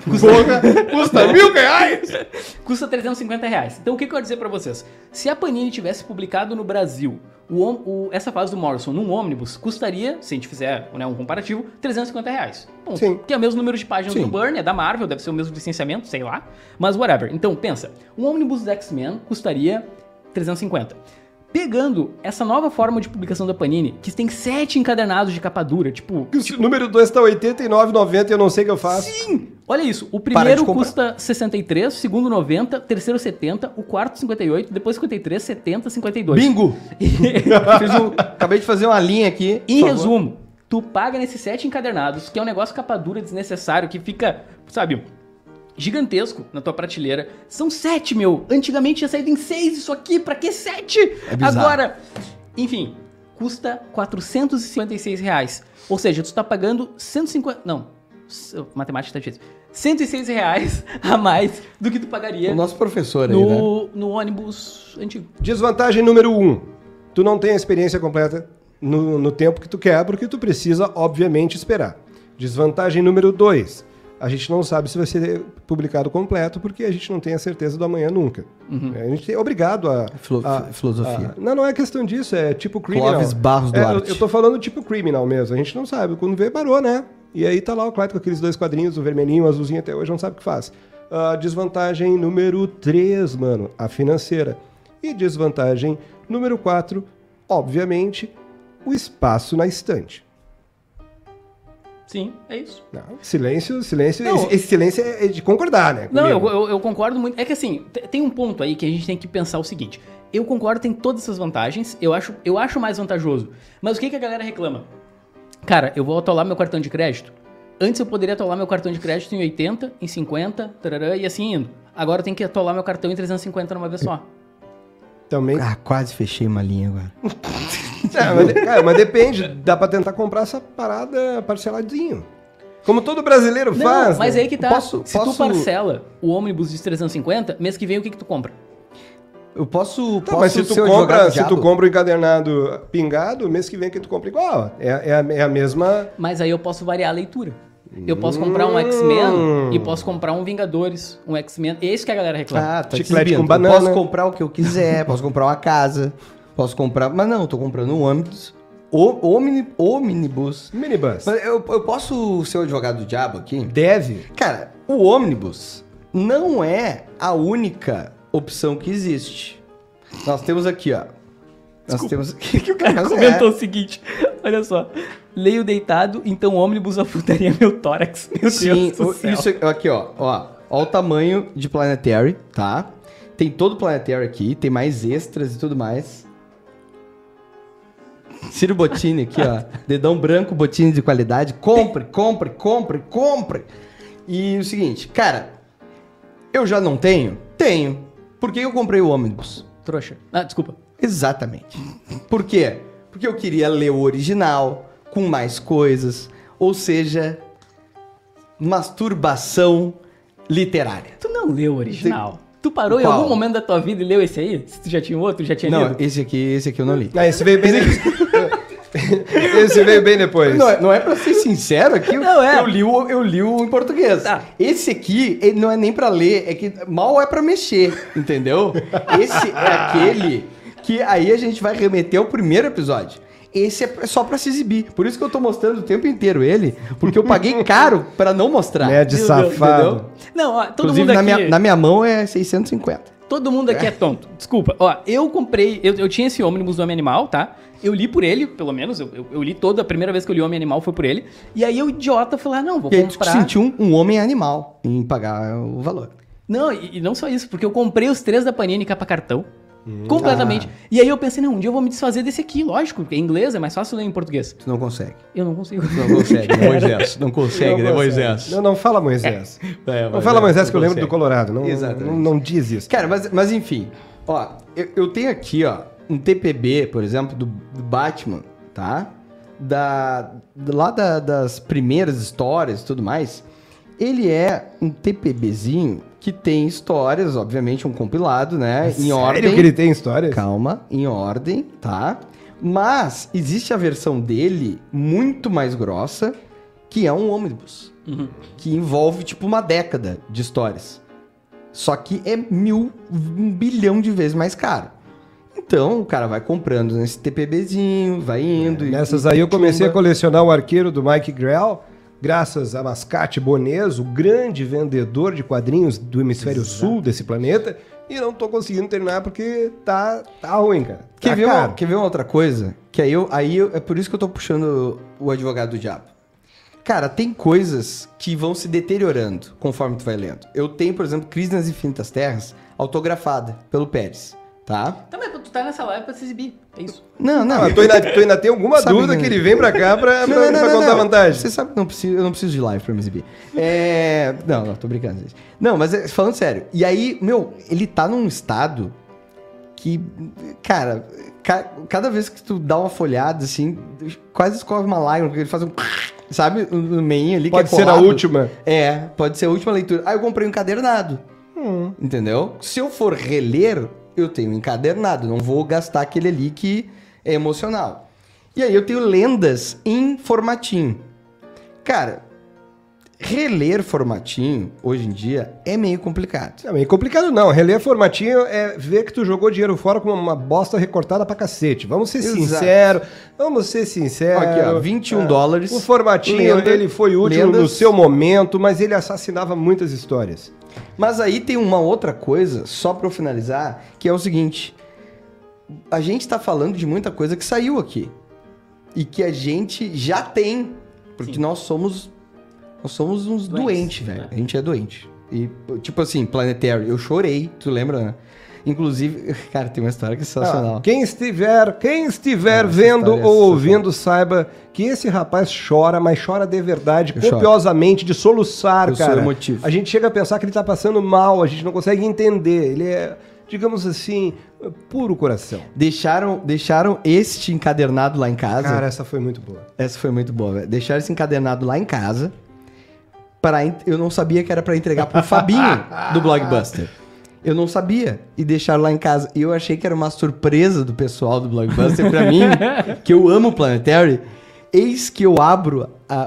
Custa R$1.000! custa R$350. Então o que eu quero dizer pra vocês? Se a Panini tivesse publicado no Brasil essa fase do Morrison num ônibus, custaria, se a gente fizer né, um comparativo, R$350. Ponto. Sim. Que é o mesmo número de páginas Sim. do Burn, é da Marvel, deve ser o mesmo licenciamento, sei lá. Mas whatever. Então, pensa, um ônibus do X-Men custaria 350. Pegando essa nova forma de publicação da Panini, que tem 7 encadernados de capa dura, tipo... O número 2 tá R$89,90 e eu não sei o que eu faço. Sim! Olha isso, o Para de primeiro comprar. custa 63, o segundo 90, o terceiro 70, o quarto 58, depois 53, 70, 52. Bingo! Acabei de fazer uma linha aqui. Em por favor. resumo, tu paga nesses 7 encadernados, que é um negócio capa dura desnecessário, que fica, sabe, gigantesco na tua prateleira. São 7, meu. Antigamente tinha saído em 6 isso aqui. Pra que 7? É bizarro. Agora, enfim, custa R$456. Ou seja, tu tá pagando 150... Não, matemática tá difícil. R$106 a mais do que tu pagaria O nosso professor aí, né? no ônibus antigo. Desvantagem número 1. Tu não tem a experiência completa no tempo que tu quer, porque tu precisa, obviamente, esperar. Desvantagem número 2. A gente não sabe se vai ser publicado completo, porque a gente não tem a certeza do amanhã nunca. A gente é obrigado a... Filosofia. Não é questão disso, é tipo Criminal. Clóvis Barros Duarte. Eu tô falando tipo Criminal mesmo, a gente não sabe. Quando vê, parou, né? E aí tá lá o Clyde com aqueles 2 quadrinhos, o vermelhinho, o azulzinho, até hoje não sabe o que faz. Desvantagem número 3, mano, a financeira. E desvantagem número 4, obviamente, o espaço na estante. Sim, é isso. Não, silêncio, Não, esse silêncio é de concordar, né? Não, comigo. eu concordo muito. É que assim, tem um ponto aí que a gente tem que pensar o seguinte. Eu concordo, tem todas essas vantagens. Eu acho mais vantajoso. Mas o que a galera reclama? Cara, eu vou atolar meu cartão de crédito. Antes eu poderia atolar meu cartão de crédito em 80, em 50, tarará, e assim indo. Agora eu tenho que atolar meu cartão em 350 numa vez só. Também. Quase fechei uma linha agora. Mas depende, dá pra tentar comprar essa parada parceladinho. Como todo brasileiro Não, faz. mas né? aí que tá. Se tu parcela o ônibus de 350, mês que vem o que tu compra? Eu posso. Tá, mas se tu compra o encadernado pingado, mês que vem que tu compra igual. É a mesma. Mas aí eu posso variar a leitura. Eu posso comprar um X-Men e posso comprar um Vingadores, um X-Men. Esse que a galera reclama. Tá Chiclete com eu banana. posso comprar o que eu quiser, posso comprar uma casa, posso comprar... Mas não, eu tô comprando um ônibus. Omnibus. Minibus. Mas eu posso ser o advogado do diabo aqui? Deve. Cara, o ônibus não é a única opção que existe. Nós temos aqui, ó. Nós temos... que o cara Comentou o seguinte, olha só. Leio deitado, então ônibus afundaria meu tórax. Meu Sim, Deus do céu. isso aqui, ó. Ó o tamanho de Planetary, tá? Tem todo o Planetary aqui, tem mais extras e tudo mais. Ciro Bottini aqui, ó. Dedão branco, Bottini de qualidade. Compre. E o seguinte, cara, eu já não tenho? Tenho. Por que eu comprei o ônibus? Trouxa. Ah, desculpa. Exatamente. Por quê? Porque eu queria ler o original, com mais coisas, ou seja, masturbação literária. Tu não leu o original? Tu parou em Qual? algum momento da tua vida e leu esse aí? Se tu já tinha outro, já tinha Não, lido? esse aqui eu não li. Esse veio bem Esse veio bem depois. Não é pra ser sincero aqui, Não é. eu li o em português. Tá. Esse aqui ele não é nem pra ler, é que mal é pra mexer, entendeu? Esse é aquele que aí a gente vai remeter ao primeiro episódio. Esse é só pra se exibir. Por isso que eu tô mostrando o tempo inteiro ele, porque eu paguei caro pra não mostrar. É de Meu safado. Deus, Não, ó, todo Inclusive, mundo aqui... na minha mão é 650. Todo mundo aqui é tonto. Desculpa. Ó, eu comprei... Eu tinha esse ônibus do Homem Animal, tá? Eu li por ele, pelo menos. Eu li toda. A primeira vez que eu li o Homem Animal foi por ele. E aí eu, idiota, falei, não, vou E aí tu comprar... sentiu um homem animal em pagar o valor. Não, e não só isso. Porque eu comprei os 3 da Panini capa cartão. Completamente. E aí eu pensei, não, um dia eu vou me desfazer desse aqui. Lógico, porque em inglês é mais fácil ler em português. Tu não consegue. Eu não consigo. Não consegue, né, Moisés? Não consegue, né, Moisés? Não fala Moisés. Não fala Moisés que eu lembro do Colorado. Não diz isso. Cara, mas enfim. Ó, eu tenho aqui, ó, um TPB, por exemplo, do Batman, tá? Das primeiras histórias e tudo mais. Ele é um TPBzinho que tem histórias, obviamente, um compilado, né? Em ordem. Sério que ele tem histórias? Calma, em ordem, tá? Mas existe a versão dele muito mais grossa, que é um ônibus. Que envolve, tipo, uma década de histórias. Só que é 1 bilhão de vezes mais caro. Então, o cara vai comprando nesse TPBzinho, vai indo... Nessas aí eu comecei a colecionar o arqueiro do Mike Grell, graças a Mascate Bonez, o grande vendedor de quadrinhos do hemisfério sul desse planeta, e não tô conseguindo terminar porque tá ruim, cara. Quer ver uma outra coisa? Que é por isso que eu tô puxando o advogado do diabo. Cara, tem coisas que vão se deteriorando conforme tu vai lendo. Eu tenho, por exemplo, Crise nas Infinitas Terras, autografada pelo Pérez, tá? Tá, mas tá nessa live pra se exibir. É isso. Não. Tu ainda tem alguma Sabe dúvida que- que ele vem pra cá pra contar não. vantagem? Você sabe que eu não preciso de live pra me exibir. Não, tô brincando, gente. Não, mas falando sério. E aí, ele tá num estado que, cara, cada vez que tu dá uma folhada, assim, quase escorre uma lágrima, porque ele faz um... Sabe? No meio ali Pode que é ser a colado. última. Pode ser a última leitura. Aí eu comprei um encadernado. Entendeu? Se eu for reler, eu tenho um encadernado. Não vou gastar aquele ali que é emocional. E aí eu tenho lendas em formatinho. Cara, reler formatinho, hoje em dia, é meio complicado. Não, é complicado não. Reler formatinho é ver que tu jogou dinheiro fora com uma bosta recortada pra cacete. Vamos ser Exato. sinceros. Aqui, ó, 21 dólares. O formatinho, Lenda, ele foi útil lendas. no seu momento, mas ele assassinava muitas histórias. Mas aí tem uma outra coisa, só pra eu finalizar, que é o seguinte. A gente tá falando de muita coisa que saiu aqui. E que a gente já tem. Porque nós somos uns doentes, velho. A gente é doente. E, tipo assim, Planetary, eu chorei, tu lembra, né? Inclusive, cara, tem uma história que é sensacional. Quem estiver essa vendo história é ou ouvindo, saiba que esse rapaz chora, mas chora de verdade, Eu copiosamente, de soluçar, Eu sou cara. emotivo. A gente chega a pensar que ele tá passando mal, a gente não consegue entender. Ele é, digamos assim, puro coração. Deixaram este encadernado lá em casa. Cara, essa foi muito boa. Essa foi muito boa, velho. Deixaram esse encadernado lá em casa. Eu não sabia que era pra entregar pro Fabinho do Blockbuster. Eu não sabia. E deixaram lá em casa. E eu achei que era uma surpresa do pessoal do Blockbuster pra mim, que eu amo o Planetary. Eis que eu abro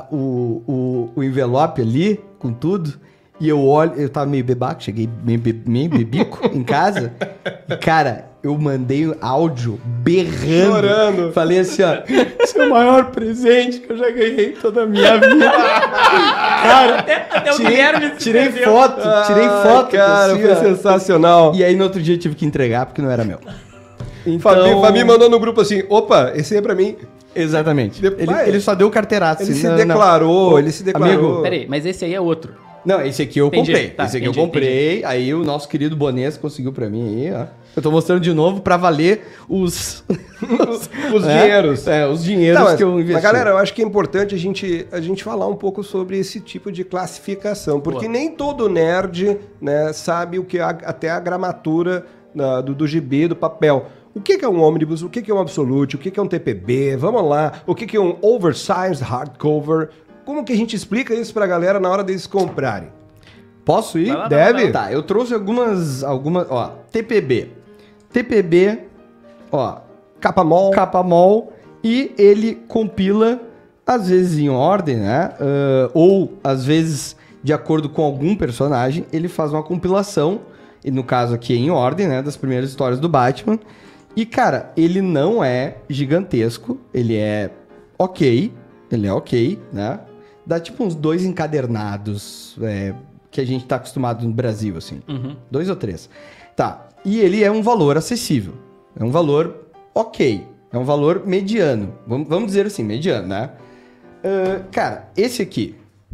o envelope ali, com tudo, e eu olho, eu tava meio bebaco, cheguei meio bebico em casa. E, cara, eu mandei áudio berrando. Chorando. Falei assim, ó, esse é o maior presente que eu já ganhei toda a minha vida. Cara, Até o Guilherme se tirei perdeu. foto, Cara, assim, foi ó. sensacional. E aí no outro dia eu tive que entregar porque não era meu. Fabi mandou no grupo assim, opa, esse aí é pra mim. Exatamente. Depois- Ele só deu carteiraço. Ele assim, se não, declarou, não. ele se declarou. Amigo, Peraí, mas esse aí é outro. Não, esse aqui eu Entendi, comprei. tá, esse aqui entendi, eu comprei. Aí o nosso querido Bonês conseguiu pra mim aí, ó. Eu tô mostrando de novo pra valer os dinheiros. Os dinheiros Não, que eu investi. Mas, galera, eu acho que é importante a gente falar um pouco sobre esse tipo de classificação, porque Boa. nem todo nerd, né, sabe o que até a gramatura do gibi, do papel. O que é um ônibus? O que é um absolute? O que é um TPB? Vamos lá. O que é um oversized hardcover? Como que a gente explica isso pra galera na hora deles comprarem? Posso ir? Vai lá, Deve? Tá, eu trouxe algumas, ó, TPB. TPB, ó, Capa mol. capa mol, e ele compila, às vezes em ordem, né? Ou, às vezes, de acordo com algum personagem, ele faz uma compilação, e no caso aqui em ordem, né? Das primeiras histórias do Batman. E, cara, ele não é gigantesco, ele é ok, né? Dá tipo uns 2 encadernados, que a gente tá acostumado no Brasil, assim. 2 ou 3. Tá, e ele é um valor acessível. É um valor ok. É um valor mediano. Vamos dizer assim, mediano, né? Cara, esse aqui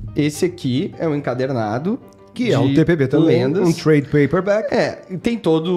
é um encadernado. Que é um de TPB também, lendas. um trade paperback. E tem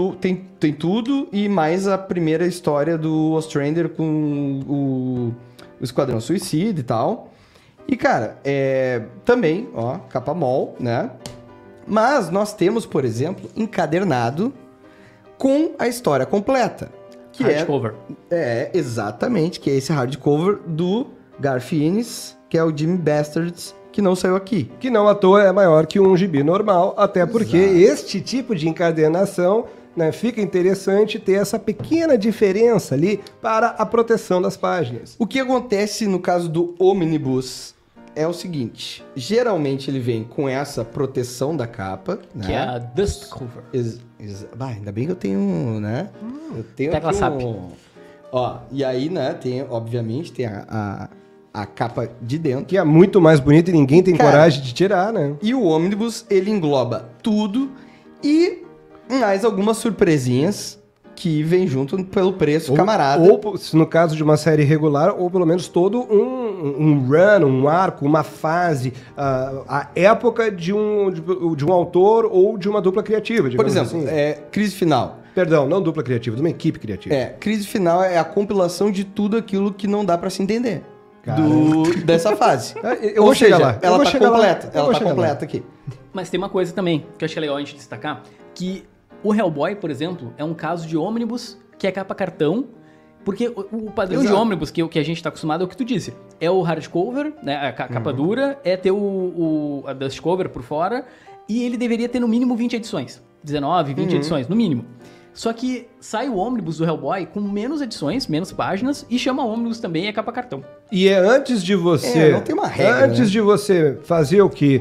tudo e mais a primeira história do Ostrander com o Esquadrão Suicida e tal. E, cara, também, ó, capa mol, né? Mas nós temos, por exemplo, encadernado com a história completa. Que Hardcover. Exatamente, que é esse hardcover do Garth Ennis, que é o Jimmy Bastards, que não saiu aqui. Que não à toa é maior que um gibi normal, até porque este tipo de encadernação, né, fica interessante ter essa pequena diferença ali para a proteção das páginas. O que acontece no caso do Omnibus é o seguinte, geralmente ele vem com essa proteção da capa, né? Que é a Dust Cover. Ainda bem que eu tenho, né? Eu tenho Tecla aqui SAP. Ó, e aí, né, obviamente, tem a capa de dentro. Que é muito mais bonito e ninguém tem Cara, coragem de tirar, né? E o Omnibus, ele engloba tudo e mais algumas surpresinhas que vem junto pelo preço, camarada. Ou, se no caso de uma série regular, ou pelo menos todo um run, um arco, uma fase, a época de um autor ou de uma dupla criativa, Por digamos exemplo, assim. Crise Final. Perdão, não dupla criativa, de uma equipe criativa. Crise Final é a compilação de tudo aquilo que não dá pra se entender. Cara. Dessa fase. Eu vou chegar lá. Ela tá chegar lá. completa. Eu Ela vou tá chegar lá. completa aqui. Mas tem uma coisa também que eu achei legal a gente destacar, que o Hellboy, por exemplo, é um caso de ônibus que é capa cartão, porque o padrão de ônibus que a gente tá acostumado é o que tu disse. É o hardcover, né, a capa dura, é ter a dust cover por fora, e ele deveria ter no mínimo 20 edições. 19, 20 edições, no mínimo. Só que sai o ônibus do Hellboy com menos edições, menos páginas, e chama ônibus também, é capa cartão. E é antes de você... não tem uma regra, Antes né? de você fazer o que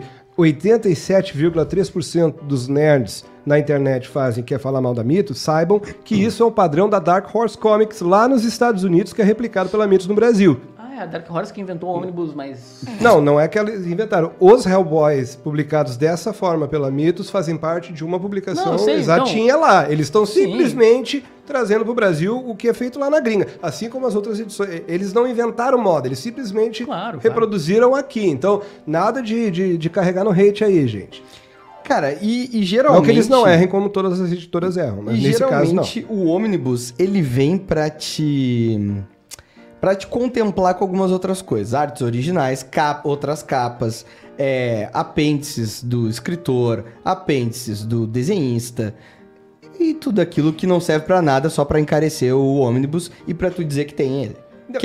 87,3% dos nerds na internet fazem, que é falar mal da Mitos, saibam que isso é um padrão da Dark Horse Comics lá nos Estados Unidos, que é replicado pela Mitos no Brasil. Ah, é a Dark Horse que inventou o ônibus, mas... Não é que eles inventaram. Os Hellboys publicados dessa forma pela Mitos fazem parte de uma publicação Não, sei, exatinha lá. Eles estão Sim. simplesmente trazendo para o Brasil o que é feito lá na gringa. Assim como as outras edições. Eles não inventaram moda, eles simplesmente Claro. reproduziram aqui. Então, nada de carregar no hate aí, gente. Cara, e geralmente... Não que eles não errem como todas as editoras erram, mas E nesse caso não. geralmente o ônibus, ele vem pra te contemplar com algumas outras coisas. Artes originais, outras capas, apêndices do escritor, apêndices do desenhista e tudo aquilo que não serve pra nada, só pra encarecer o ônibus e pra tu dizer que tem ele.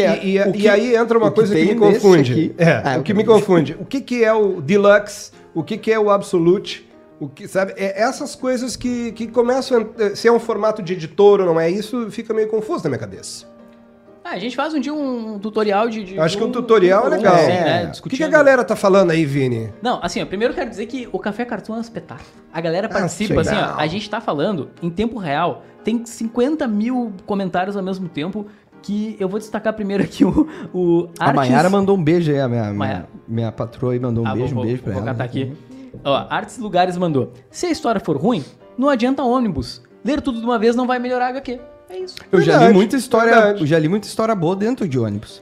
E aí entra uma coisa que me confunde. O que me confunde. O que é o Deluxe? O que é o Absolute? Sabe? Essas coisas que começam se é um formato de editor ou não é, isso fica meio confuso na minha cabeça. Ah, a gente faz um dia um tutorial de Eu acho que um tutorial é legal. assim, né, O que discutindo. a galera tá falando aí, Vini? Não, assim, ó, primeiro eu quero dizer que o Café Cartoon é um espetáculo. A galera participa, que assim, legal. ó, a gente tá falando em tempo real, tem 50 mil comentários ao mesmo tempo, que eu vou destacar primeiro aqui o A Artes... Mayara mandou um beijo aí, Mayara. minha patroa aí mandou um beijo pra vou ela. catar aqui. Ó, Artes Lugares mandou: se a história for ruim, não adianta ônibus. Ler tudo de uma vez não vai melhorar a HQ. É isso. Eu já li Verdade, muita história, verdade. eu já li muita história boa dentro de ônibus.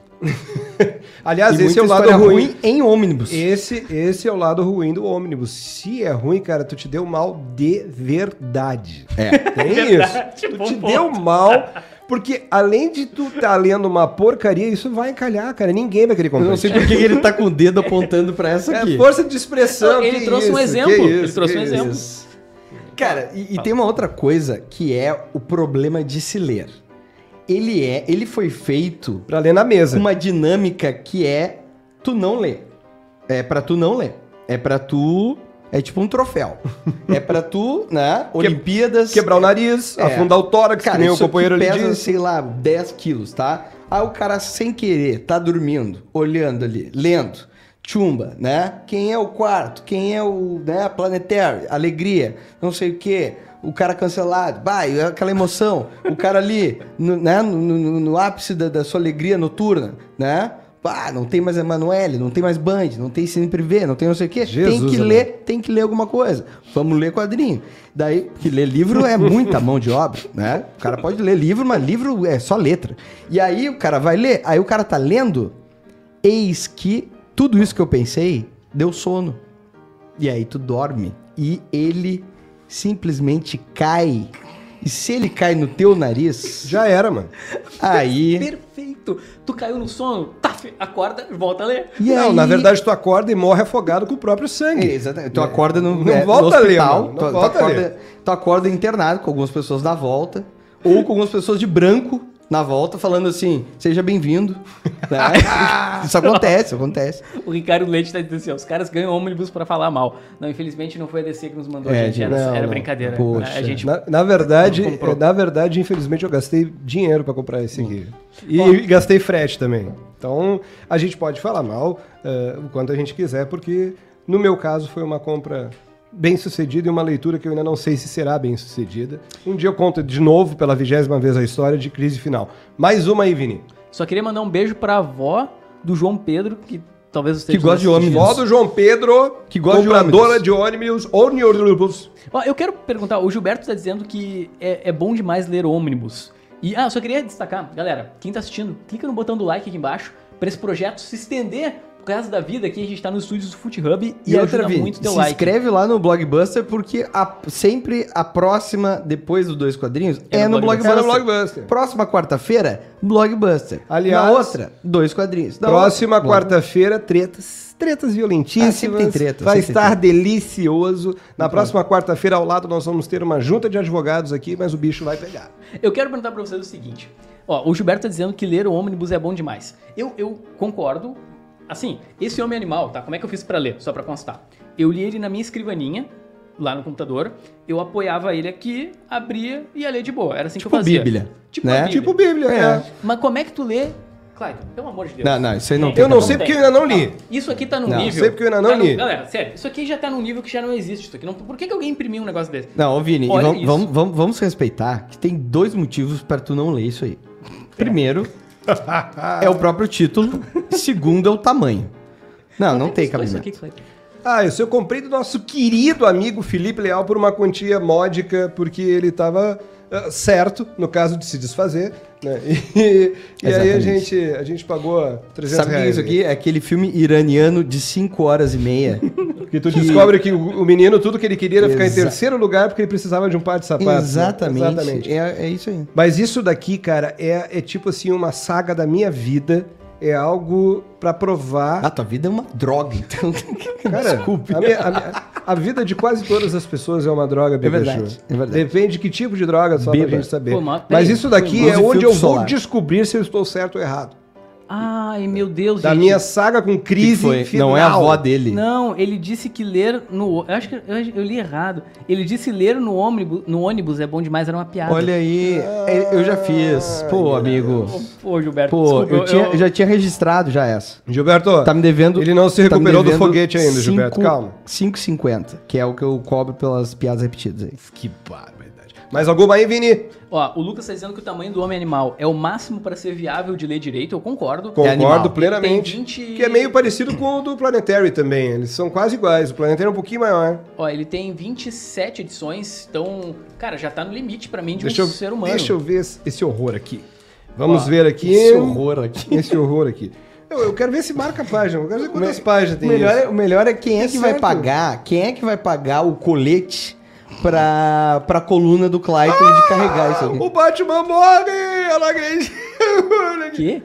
Aliás, E esse é o muita lado história ruim. em ônibus. Esse é o lado ruim do ônibus. Se é ruim, cara, tu te deu mal de verdade. Tem isso. Tu te deu mal, porque além de tu tá lendo uma porcaria, isso vai encalhar, cara. Ninguém vai querer Eu comprar. não sei por que ele tá com o dedo apontando pra essa aqui. É força de expressão. Ele que trouxe um isso, exemplo, que ele isso, trouxe que um isso. exemplo. Cara, e tem uma outra coisa que é o problema de se ler. Ele foi feito Pra ler na mesa. com uma dinâmica que é tu não ler. É pra tu não ler. É pra tu... É tipo um troféu. É pra tu, né? Olimpíadas... Quebrar o nariz, afundar o tórax, Cara, que nem o isso aqui companheiro ali pesa, disse. sei lá, 10 quilos, tá? Aí o cara, sem querer, tá dormindo, olhando ali, lendo. Chumba, né? Quem é o quarto? Quem é o, né, Planetary? Alegria, não sei o quê. O cara cancelado, vai, aquela emoção. O cara ali, no ápice da sua alegria noturna, né? Ah, não tem mais Emanuele, não tem mais Band, não tem Cine Privé, não tem não sei o quê. Jesus, Tem que ler alguma coisa. Vamos ler quadrinho. Daí, porque ler livro é muita mão de obra, né? O cara pode ler livro, mas livro é só letra. E aí o cara vai ler, aí o cara tá lendo, eis que tudo isso que eu pensei deu sono. E aí tu dorme. E ele simplesmente cai. E se ele cai no teu nariz, Já era, mano. aí... Perfeito. Tu caiu no sono, acorda, volta a ler. E Não, aí... na verdade tu acorda e morre afogado com o próprio É, sangue. exatamente. Tu acorda no volta a ler, hospital, mano. Não volta a ler. tu acorda internado com algumas pessoas na volta, ou com algumas pessoas de branco na volta, falando assim, seja bem-vindo. Né? Isso acontece. O Ricardo Leite tá dizendo assim, ó, os caras ganham ônibus pra falar mal. Não, infelizmente não foi a DC que nos mandou, É, gente. não, Era não. brincadeira. Poxa. A gente Na verdade, comprou. infelizmente, eu gastei dinheiro pra comprar esse aqui. E gastei frete também. Então, a gente pode falar mal o quanto a gente quiser, porque no meu caso foi uma compra bem sucedida e uma leitura que eu ainda não sei se será bem sucedida. Um dia eu conto de novo, pela 20ª vez, a história de Crise Final. Mais uma aí, Vini. só queria mandar um beijo pra avó do João Pedro, que talvez esteja Que gosta de assistindo. ônibus. Vó do João Pedro, Que gosta de compradora de ônibus. Ônibus. Ó, eu quero perguntar, o Gilberto tá dizendo que é bom demais ler ônibus. E, eu só queria destacar, galera, quem tá assistindo, clica no botão do like aqui embaixo, pra esse projeto se estender resto da vida aqui, a gente tá nos estúdios do Foot Hub E ajuda outra, Vini, muito teu se like. inscreve lá no Blockbuster, porque sempre a próxima, depois do Dois Quadrinhos, é no Blockbuster. É no Blockbuster. Próxima quarta-feira, Blockbuster. Aliás, na outra, Dois Quadrinhos. Na Próxima outra, quarta-feira, tretas violentíssimas. sempre tem treta, Vai sempre estar tem delicioso. Na próxima quarta-feira, ao lado, nós vamos ter uma junta de advogados aqui, mas o bicho vai pegar. Eu quero perguntar pra vocês o seguinte. Ó, o Gilberto tá dizendo que ler o Ônibus é bom demais. Eu concordo. Assim, esse Homem Animal, tá? Como é que eu fiz pra ler? Só pra constar. Eu li ele na minha escrivaninha, lá no computador. Eu apoiava ele aqui, abria e ia ler de boa. Era assim Tipo que eu fazia. Bíblia, Tipo né? a Bíblia. Tipo Bíblia, é. Mas como é que tu lê... Clayton, pelo amor de Deus. Não, isso aí não Tem. tem. Eu não como. sei porque eu ainda não li. Isso aqui tá num Não, nível... sei porque eu ainda não li. Galera, sério, isso aqui já tá num nível que já não existe. Isso aqui não... Por que alguém imprimiu um negócio desse? Não, ô Vini, Olha e isso. vamos respeitar que tem 2 motivos pra tu não ler isso aí. Primeiro, é o próprio título. Segundo, é o tamanho. Não tem Isso aqui, cabimento. Clayton. Isso eu comprei do nosso querido amigo Felipe Leal por uma quantia módica, porque ele estava certo, no caso de se desfazer, né? E aí a gente pagou 300 Sabe o que é reais. isso aqui? É aquele filme iraniano de 5 horas e meia. Que tu descobre que o menino, tudo que ele queria era ficar em Exa- terceiro lugar porque ele precisava de um par de sapatos. né? Exatamente. É isso aí. Mas isso daqui, cara, é tipo assim, uma saga da minha vida. É algo pra provar. Ah, tua vida é uma droga, então. Cara, Desculpe. a vida de quase todas as pessoas é uma droga, Pikachu. verdade, é verdade. Depende de que tipo de droga, só Beba. pra gente saber. Pô, mas Mas peraí, isso daqui use é onde eu filtro vou solar. descobrir se eu estou certo ou errado. Ai, meu Deus, Da gente. minha saga com crise Foi? final. Não é a avó dele. Não, ele disse que ler no... Eu acho que eu li errado. Ele disse ler no ônibus é bom demais, era uma piada. Olha aí, eu já fiz. Pô, amigo. Pô, Gilberto, Pô, desculpa, eu já tinha registrado já essa. Gilberto, Tá me devendo. ele não se tá me recuperou do devendo foguete ainda, Gilberto. Calma. 5,50, que é o que eu cobro pelas piadas repetidas aí. Que barbaridade. Mais alguma aí, Vini? Ó, o Lucas tá dizendo que o tamanho do homem animal é o máximo pra ser viável de ler direito, eu concordo. Concordo animal. plenamente. Tem 20 Que é meio parecido com o do Planetary também. Eles são quase iguais. O Planetary é um pouquinho maior. Ó, ele tem 27 edições, então, cara, já tá no limite pra mim de Deixa um ser humano. Deixa eu ver esse horror aqui. Vamos Ó, ver aqui. Esse horror aqui. Esse horror aqui. Eu quero ver se marca a página. Eu quero ver quantas páginas tem O melhor é quem é que vai certo. pagar. Quem é que vai pagar o colete pra coluna do Clayton de carregar isso aqui? O Batman morre! Eu não acredito! Quê?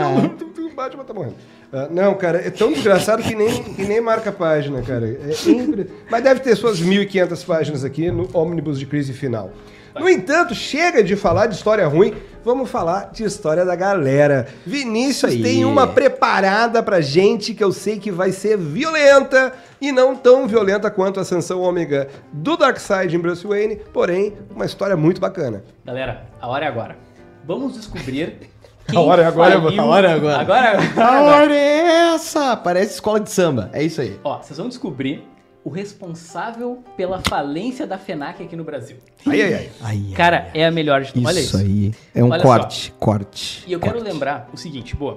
O Batman tá morrendo. Não, cara, é tão desgraçado que nem marca a página, cara. Mas deve ter suas 1.500 páginas aqui no ônibus de crise final. No entanto, chega de falar de história ruim, vamos falar de história da galera. Vinícius Isso aí. tem uma preparada pra gente que eu sei que vai ser violenta e não tão violenta quanto a Ascensão Ômega do Darkseid em Bruce Wayne, porém, uma história muito bacana. Galera, a hora é agora. Vamos descobrir quem A hora é agora, faliu... a hora é agora. Agora. hora é essa? Parece escola de samba. É isso aí. Ó, vocês vão descobrir o responsável pela falência da FENAC aqui no Brasil. Ai. Cara, é a melhor de tudo. Olha Isso isso. aí. É um Olha corte. E eu quero lembrar o seguinte, boa.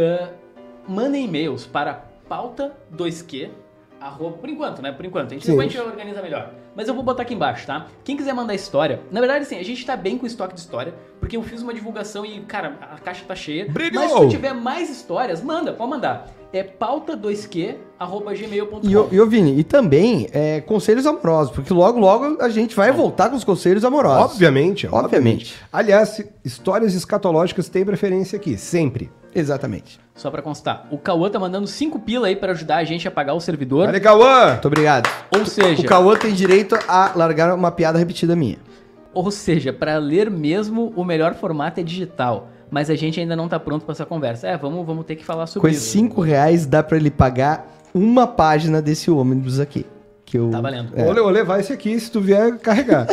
Mandem e-mails para pauta2q, por enquanto, né? Por enquanto. A gente Sim. depois a gente organiza melhor. Mas eu vou botar aqui embaixo, tá? Quem quiser mandar história, na verdade, assim, a gente tá bem com o estoque de história, porque eu fiz uma divulgação e, cara, a caixa tá cheia. Brilhou! Mas se tu tiver mais histórias, manda, pode mandar. É pauta2q@gmail.com. E ô Vini, e também conselhos amorosos, porque logo a gente vai voltar com os conselhos amorosos. Obviamente. Obviamente. Aliás, histórias escatológicas têm preferência aqui, sempre. Exatamente. Só pra constar, o Cauã tá mandando 5 pila aí pra ajudar a gente a pagar o servidor. Olha, Cauã! Muito obrigado. Ou seja, O Cauã tem direito a largar uma piada repetida minha. pra ler mesmo, o melhor formato é digital. Mas a gente ainda não tá pronto pra essa conversa. Vamos ter que falar Com sobre esses isso. R$5 dá pra ele pagar uma página desse ônibus aqui. Que eu, Tá valendo. Vou levar esse aqui se tu vier carregar.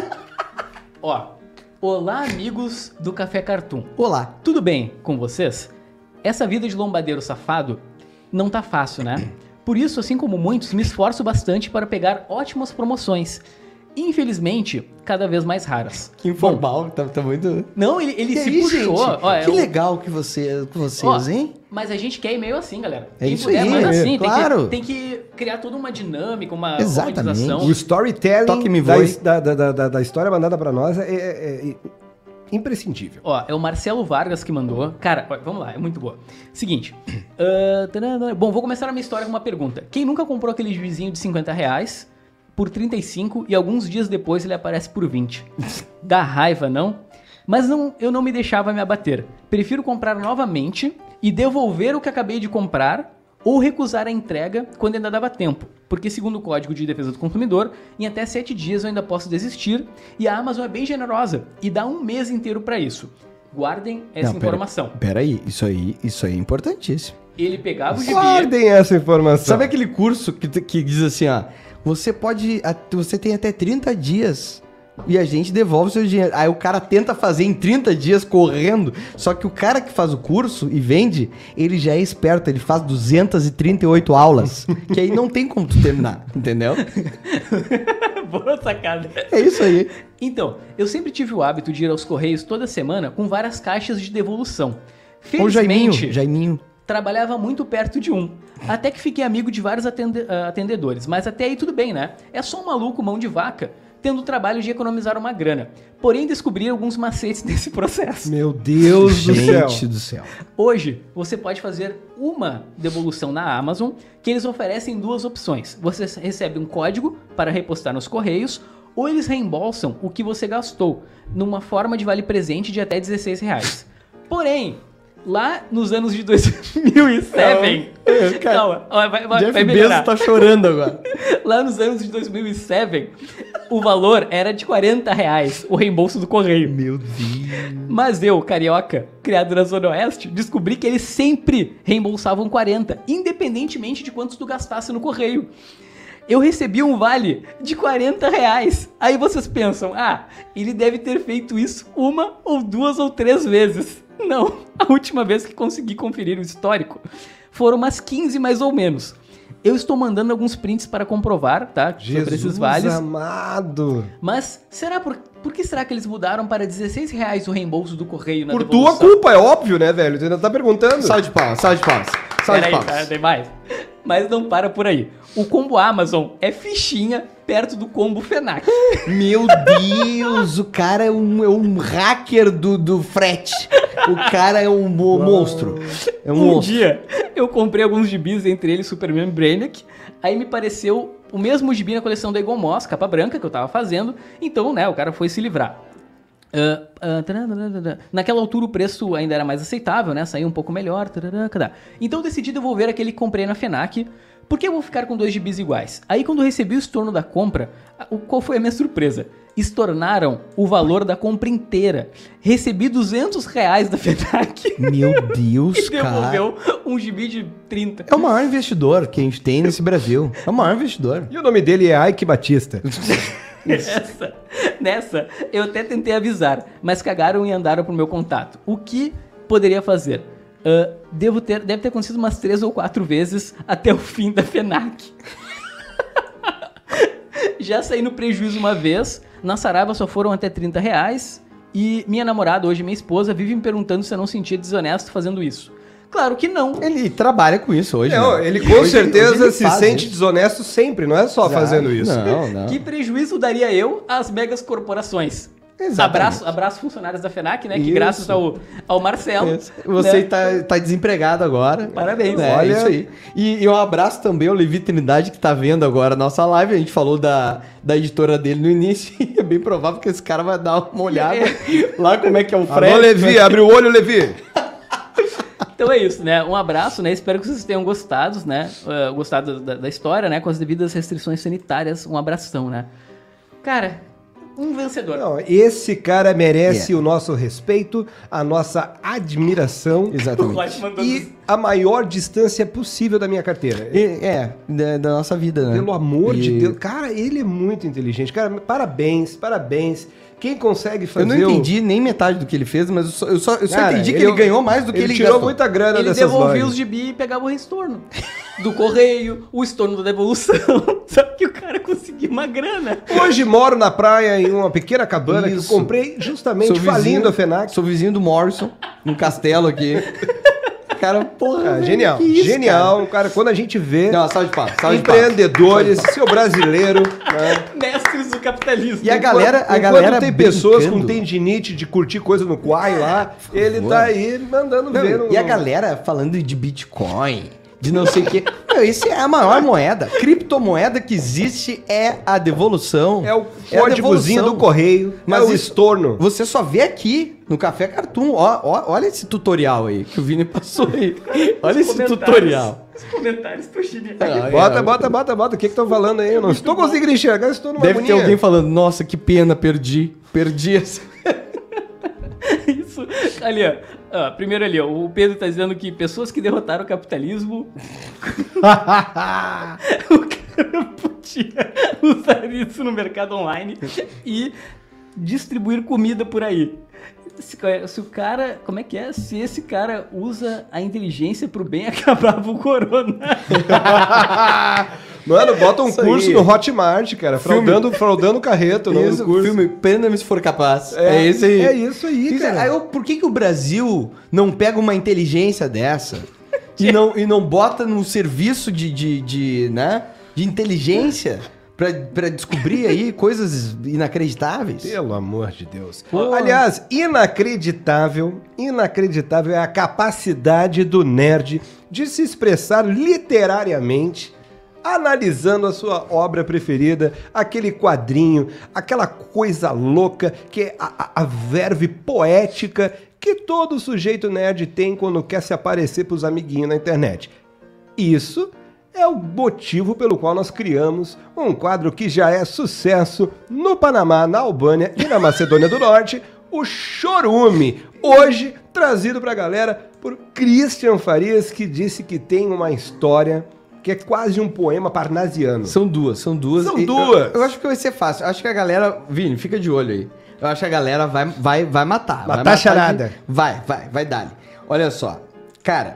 Ó, olá amigos do Café Cartoon. Olá. Tudo bem com vocês? Essa vida de lombadeiro safado não tá fácil, né? Por isso, assim como muitos, me esforço bastante para pegar ótimas promoções. Infelizmente, cada vez mais raras. Que informal, tá muito... Não, ele Que se aí, puxou. gente? Ó, Que legal que vocês, Ó, hein? Mas a gente quer e-mail assim, galera. É Quem isso puder, aí, manda assim. claro. Tem que criar toda uma dinâmica, uma Exatamente. romantização. O storytelling Toque-me da, voe. da história mandada pra nós é imprescindível. Ó, é o Marcelo Vargas que mandou. Cara, ó, vamos lá, é muito boa. Seguinte. Bom, vou começar a minha história com uma pergunta. Quem nunca comprou aquele gibizinho de R$50 por 35 e alguns dias depois ele aparece por 20? Dá raiva, não? Mas eu não me deixava me abater. Prefiro comprar novamente e devolver o que acabei de comprar ou recusar a entrega quando ainda dava tempo, porque segundo o Código de Defesa do Consumidor, em até 7 dias eu ainda posso desistir e a Amazon é bem generosa e dá um mês inteiro para isso. Guardem essa informação. Peraí, isso aí é importantíssimo. Ele pegava o gibi... Guardem essa informação. Sabe aquele curso que diz assim, ó, você tem até 30 dias e a gente devolve o seu dinheiro. Aí o cara tenta fazer em 30 dias correndo, só que o cara que faz o curso e vende, ele já é esperto, ele faz 238 aulas, que aí não tem como tu terminar, entendeu? Boa sacada. É isso aí. Então, eu sempre tive o hábito de ir aos Correios toda semana com várias caixas de devolução. Ô Jaiminho. Trabalhava muito perto de um. Até que fiquei amigo de vários atendedores. Mas até aí tudo bem, né? É só um maluco mão de vaca tendo o trabalho de economizar uma grana. Porém, descobri alguns macetes desse processo. Meu Deus do céu. Gente do céu. Hoje, você pode fazer uma devolução na Amazon, que eles oferecem 2 opções. Você recebe um código para repostar nos Correios, ou eles reembolsam o que você gastou, numa forma de vale-presente de até R$16. Porém, lá nos anos de 2007... Calma, vai melhorar. Bezos tá chorando agora. Lá nos anos de 2007, o valor era de R$40, o reembolso do correio. Meu Deus. Mas eu, carioca, criado na Zona Oeste, descobri que eles sempre reembolsavam 40, independentemente de quanto tu gastasse no correio. Eu recebi um vale de R$40. Aí vocês pensam, ele deve ter feito isso 1 ou 2 ou 3 vezes. Não, a última vez que consegui conferir o histórico foram umas 15 mais ou menos. Eu estou mandando alguns prints para comprovar, tá? Sobre esses vales. Jesus amado. Mas por que será que eles mudaram para R$16 o reembolso do correio na Por devolução? tua culpa, é óbvio, né, velho? Tu ainda tá perguntando. Salve de palmas. Peraí, tá, tem mais. Mas não para por aí. O combo Amazon é fichinha perto do combo Fenac. Meu Deus, o cara é um hacker do frete. O cara é um monstro. É um monstro. Dia, eu comprei alguns gibis, entre eles Superman Brainiac. Aí me pareceu o mesmo gibi na coleção da Egon Moss, capa branca, que eu tava fazendo. Então, né, o cara foi se livrar. Naquela altura o preço ainda era mais aceitável, né? Saiu um pouco melhor. Então decidi devolver aquele que comprei na Fenac. Por que eu vou ficar com 2 gibis iguais? Aí quando eu recebi o estorno da compra, qual foi a minha surpresa? Estornaram o valor da compra inteira. Recebi R$200 da Fenac. Meu Deus, e devolveu cara. um gibi de 30. É o maior investidor que a gente tem nesse Brasil. É o maior investidor. E o nome dele é Ike Batista. Nessa, eu até tentei avisar, mas cagaram e andaram pro meu contato. O que poderia fazer? Deve ter acontecido umas 3 ou 4 vezes até o fim da Fenac. Já saí no prejuízo uma vez, na Saraiva só foram até R$30, e minha namorada, hoje minha esposa, vive me perguntando se eu não sentia desonesto fazendo isso. Claro que não. Ele trabalha com isso hoje. Não, né? ele com certeza ele se faz sente isso. desonesto sempre, não é só fazendo isso. Não. Que prejuízo daria eu às megas corporações? Exatamente. Abraço funcionários da Fenac, né? Que Isso. graças ao Marcelo. Isso. Você né? tá desempregado agora. Parabéns. É, Olha. isso aí. E um abraço também ao Levi Trindade, que tá vendo agora a nossa live. A gente falou da editora dele no início. E é bem provável que esse cara vai dar uma olhada lá como é que é o frete. Alô, Levi, abre o olho, Levi. Então é isso, né? Um abraço, né? Espero que vocês tenham gostado, né? Gostado da história, né? Com as devidas restrições sanitárias. Um abração, né? Cara, um vencedor. Não, esse cara merece o nosso respeito, a nossa admiração Exatamente. e a maior distância possível da minha carteira. Da nossa vida, né? Pelo amor de Deus. Cara, ele é muito inteligente. Cara, parabéns. Quem consegue fazer Eu não entendi nem metade do que ele fez, mas eu só Cara, entendi que ele ganhou mais do que ele tirou gastou. muita grana Ele dessas devolvia lojas. os gibi e pegava o retorno. Do correio, o estorno da devolução. Só que o cara conseguiu uma grana. Hoje moro na praia em uma pequena cabana Isso. que eu comprei justamente Sou vizinho- falindo a Fenac. Sou vizinho do Morrison, num castelo aqui. Cara, porra. Genial, que isso, genial. Cara, quando a gente vê Não, salve de palmas, salve de palmas. empreendedores, seu brasileiro, né? Mestres do capitalismo. E a galera Enquanto tem pessoas com brincando. tendinite de curtir coisa no Quai lá, ele tá aí mandando Não, ver. e a galera falando de Bitcoin, de não sei o quê. Meu, isso é a maior moeda. Criptomoeda que existe é a devolução. É o É a códigozinho devolução. do correio, Mas é o isso- estorno. Você só vê aqui no Café Cartoon. Olha esse tutorial aí que o Vini passou aí. Olha esse tutorial. Os comentários estão geniais. Bota. O que estão falando aí? Eu não estou conseguindo enxergar, estou numa Deve ter agonia. alguém falando, nossa, que pena, perdi essa. Isso. Ali, ó. Primeiro ali, ó. O Pedro tá dizendo que pessoas que derrotaram o capitalismo. O cara podia usar isso no mercado online e distribuir comida por aí. Se o cara. Como é que é? Se esse cara usa a inteligência pro bem, acabava o corona. Mano, bota um Isso curso aí. no Hotmart, cara. Fraudando carreto no Isso, curso. filme Prenda-me se for capaz. É esse aí. É isso aí, Isso, cara. aí por que o Brasil não pega uma inteligência dessa e não bota no serviço de inteligência pra descobrir aí coisas inacreditáveis? Pelo amor de Deus. Pô. Aliás, inacreditável é a capacidade do nerd de se expressar literariamente, analisando a sua obra preferida, aquele quadrinho, aquela coisa louca que é a verve poética que todo sujeito nerd tem quando quer se aparecer pros amiguinhos na internet. Isso é o motivo pelo qual nós criamos um quadro que já é sucesso no Panamá, na Albânia e na Macedônia do Norte, o Chorume. Hoje, trazido pra galera por Christian Farias, que disse que tem uma história que é quase um poema parnasiano. São duas. São E duas. Eu acho que vai ser fácil. Acho que a galera... Vini, fica de olho aí. Eu acho que a galera vai matar. Matar a charada. Vai dar. Olha só. Cara,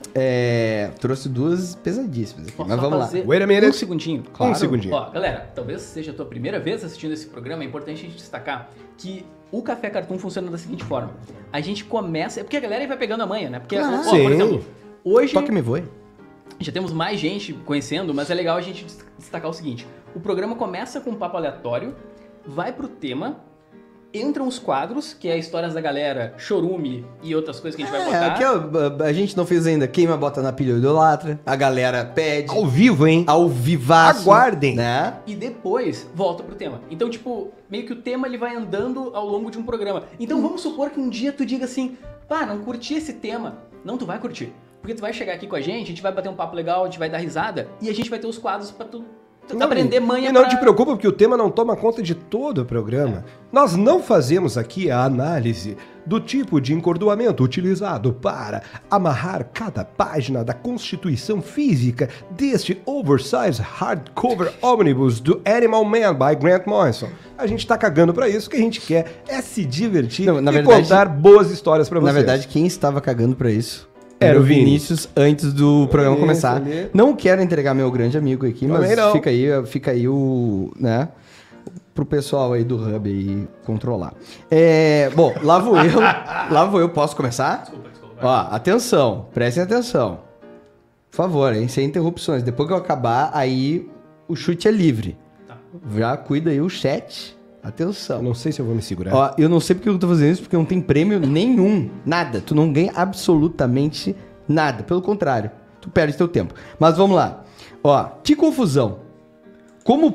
trouxe duas pesadíssimas aqui, Posso mas só vamos lá. fazer Wait a minute. um segundinho? Claro. Um segundinho. Ó, galera, talvez seja a tua primeira vez assistindo esse programa, é importante a gente destacar que o Café Cartoon funciona da seguinte forma. A gente começa... É porque a galera aí vai pegando a manha, né? Porque, Ah, ó, sim. por exemplo, hoje Toque me voe. já temos mais gente conhecendo, mas é legal a gente destacar o seguinte. O programa começa com um papo aleatório, vai pro tema... Entram os quadros, que é histórias da galera, chorume e outras coisas que a gente vai botar. Aqui, a gente não fez ainda queima bota na pilha idolatra. A galera pede. Ao vivo, hein? Ao vivaço. Aguardem. Né? E depois volta pro tema. Então, tipo, meio que o tema ele vai andando ao longo de um programa. Então vamos supor que um dia tu diga assim, pá, não curti esse tema. Não, tu vai curtir. Porque tu vai chegar aqui com a gente vai bater um papo legal, a gente vai dar risada e a gente vai ter os quadros pra tu aprender manha E não pra... te preocupa, porque o tema não toma conta de todo o programa. Nós não fazemos aqui a análise do tipo de encordoamento utilizado para amarrar cada página da constituição física deste oversized hardcover omnibus do Animal Man by Grant Morrison. A gente tá cagando pra isso, o que a gente quer é se divertir Não, na e verdade- contar boas histórias pra vocês. Na verdade, quem estava cagando pra isso Era o Vinícius antes do programa Isso, começar. ali. Não quero entregar meu grande amigo aqui, mas Também não. fica aí o, né, pro pessoal aí do Hub aí controlar. Bom, lá vou eu, posso começar? Desculpa. Ó, atenção, prestem atenção. Por favor, hein, sem interrupções. Depois que eu acabar, aí o chute é livre. Tá. Já cuida aí o chat. Atenção. Eu não sei se eu vou me segurar. Ó, eu não sei porque eu tô fazendo isso, porque não tem prêmio nenhum. Nada. Tu não ganha absolutamente nada. Pelo contrário, tu perde teu tempo. Mas vamos lá. Ó, que confusão. Como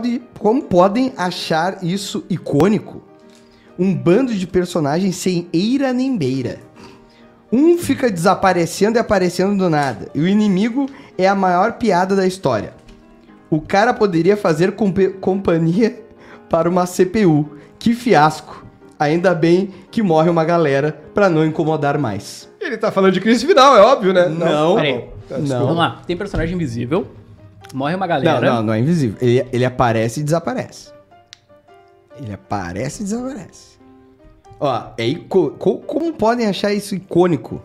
podem achar isso icônico? Um bando de personagens sem eira nem beira. Um fica desaparecendo e aparecendo do nada. E o inimigo é a maior piada da história. O cara poderia fazer companhia para uma CPU. Que fiasco. Ainda bem que morre uma galera pra não incomodar mais. Ele tá falando de crise final, é óbvio, né? Não. Tá Peraí. bom. Tá, Não. desculpa. Vamos lá. Tem personagem invisível, morre uma galera. Não é invisível. Ele aparece e desaparece. Ele aparece e desaparece. Ó, como podem achar isso icônico?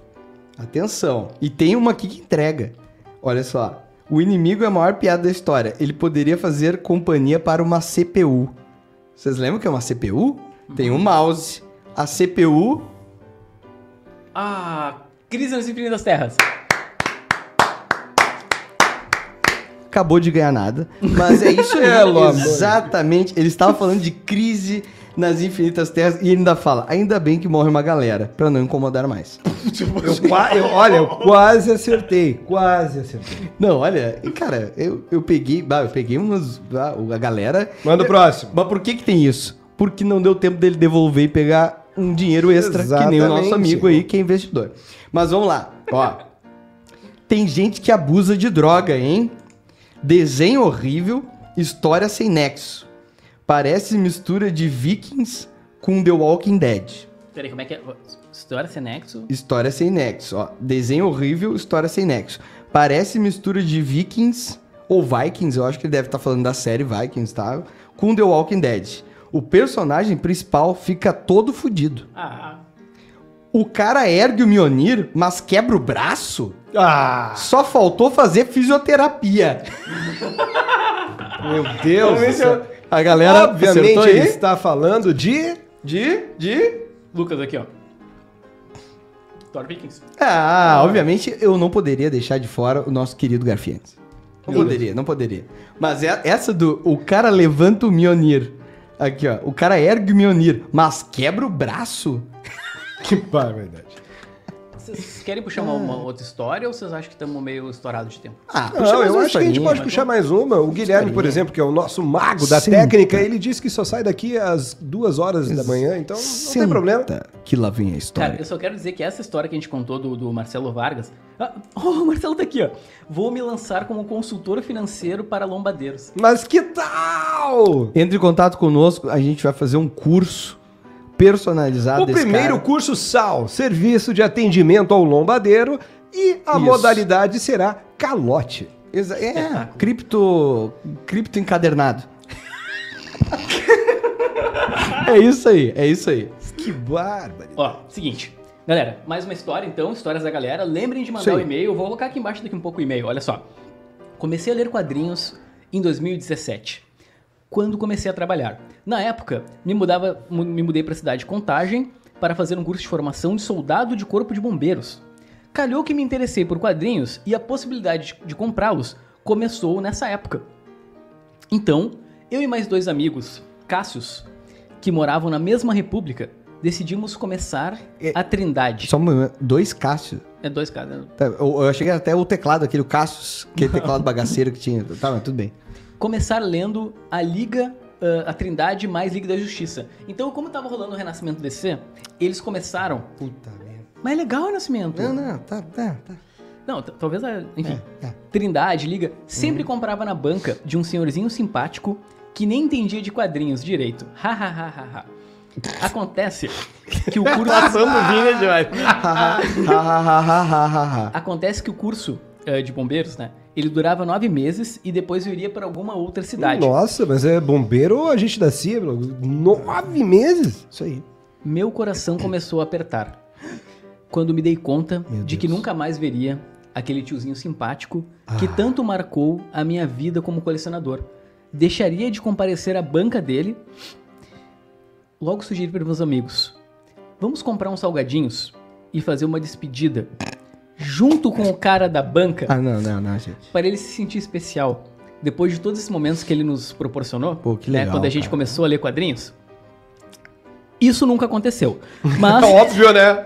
Atenção. E tem uma aqui que entrega. Olha só. O inimigo é a maior piada da história. Ele poderia fazer companhia para uma CPU. Vocês lembram que é uma CPU? Tem um mouse. A CPU... Ah, Crise nas Infinitas Terras. Acabou de ganhar nada. Mas é isso aí. Exatamente. Ele estava falando de crise nas Infinitas Terras e ele ainda fala, ainda bem que morre uma galera, pra não incomodar mais. Olha, eu quase acertei. Não, olha, cara, eu peguei umas... A galera... Manda o próximo. Mas por que tem isso? Porque não deu tempo dele devolver e pegar um dinheiro extra, que nem o nosso amigo aí, que é investidor. Mas vamos lá, ó. Tem gente que abusa de droga, hein? Desenho horrível, história sem nexo. Parece mistura de Vikings com The Walking Dead. Peraí, como é que é? História sem nexo? História sem nexo, ó. Desenho horrível, história sem nexo. Parece mistura de Vikings, ou Vikings, eu acho que ele deve estar falando da série Vikings, tá? Com The Walking Dead. O personagem principal fica todo fudido. O cara ergue o Mjolnir, mas quebra o braço? Só faltou fazer fisioterapia. Meu Deus do céu. A galera, obviamente, ele está falando de... Lucas aqui, ó. Thor Vikings. Obviamente eu não poderia deixar de fora o nosso querido Garfiennes. Não poderia. Mas essa do... O cara levanta o Mjolnir. Aqui, ó. O cara ergue o Mjolnir, mas quebra o braço? Que barbaridade. Vocês querem puxar uma outra história ou vocês acham que estamos meio estourados de tempo? Não, eu acho que a gente pode puxar mais uma. O Guilherme, por exemplo, que é o nosso mago da técnica, ele disse que só sai daqui às 2 horas da manhã, então não tem problema. Que lá vem a história. Cara, eu só quero dizer que essa história que a gente contou do Marcelo Vargas... o Marcelo tá aqui, ó. Vou me lançar como consultor financeiro para lombadeiros. Mas que tal? Entre em contato conosco, a gente vai fazer um curso personalizado. O primeiro curso SAL, Serviço de Atendimento ao Lombadeiro, e a modalidade será calote. Cripto encadernado. É isso aí. Que bárbaro. Ó, seguinte. Galera, mais uma história então, histórias da galera. Lembrem de mandar o e-mail, eu vou colocar aqui embaixo daqui um pouco o e-mail, olha só. Comecei a ler quadrinhos em 2017. Quando comecei a trabalhar. Na época, me mudei para a cidade de Contagem para fazer um curso de formação de soldado de corpo de bombeiros. Calhou que me interessei por quadrinhos e a possibilidade de comprá-los começou nessa época. Então, eu e mais 2 amigos, Cássios, que moravam na mesma república, decidimos começar a Trindade. Só um momento, 2 Cássios? 2 Cássios. Eu achei que era até o teclado, aquele Cássios, aquele teclado bagaceiro que tinha. Tá, mas tudo bem. Começar lendo a Liga, a Trindade mais Liga da Justiça. Então, como tava rolando o Renascimento DC, eles começaram... Puta merda. Mas é legal o Renascimento. Não, tá. Não, talvez, enfim. Trindade, Liga, sempre comprava na banca de um senhorzinho simpático que nem entendia de quadrinhos direito. Acontece que o curso... Acontece que o curso de bombeiros, né? Ele durava 9 meses e depois eu iria para alguma outra cidade. Nossa, mas é bombeiro ou agente da CIA? 9 meses? Isso aí. Meu coração começou a apertar. Quando me dei conta de que nunca mais veria aquele tiozinho simpático que tanto marcou a minha vida como colecionador. Deixaria de comparecer à banca dele. Logo sugeri para meus amigos: vamos comprar uns salgadinhos e fazer uma despedida junto com o cara da banca. Não, gente. Para ele se sentir especial. Depois de todos esses momentos que ele nos proporcionou, pô, que legal, quando a gente começou a ler quadrinhos. Isso nunca aconteceu. Mas óbvio, né?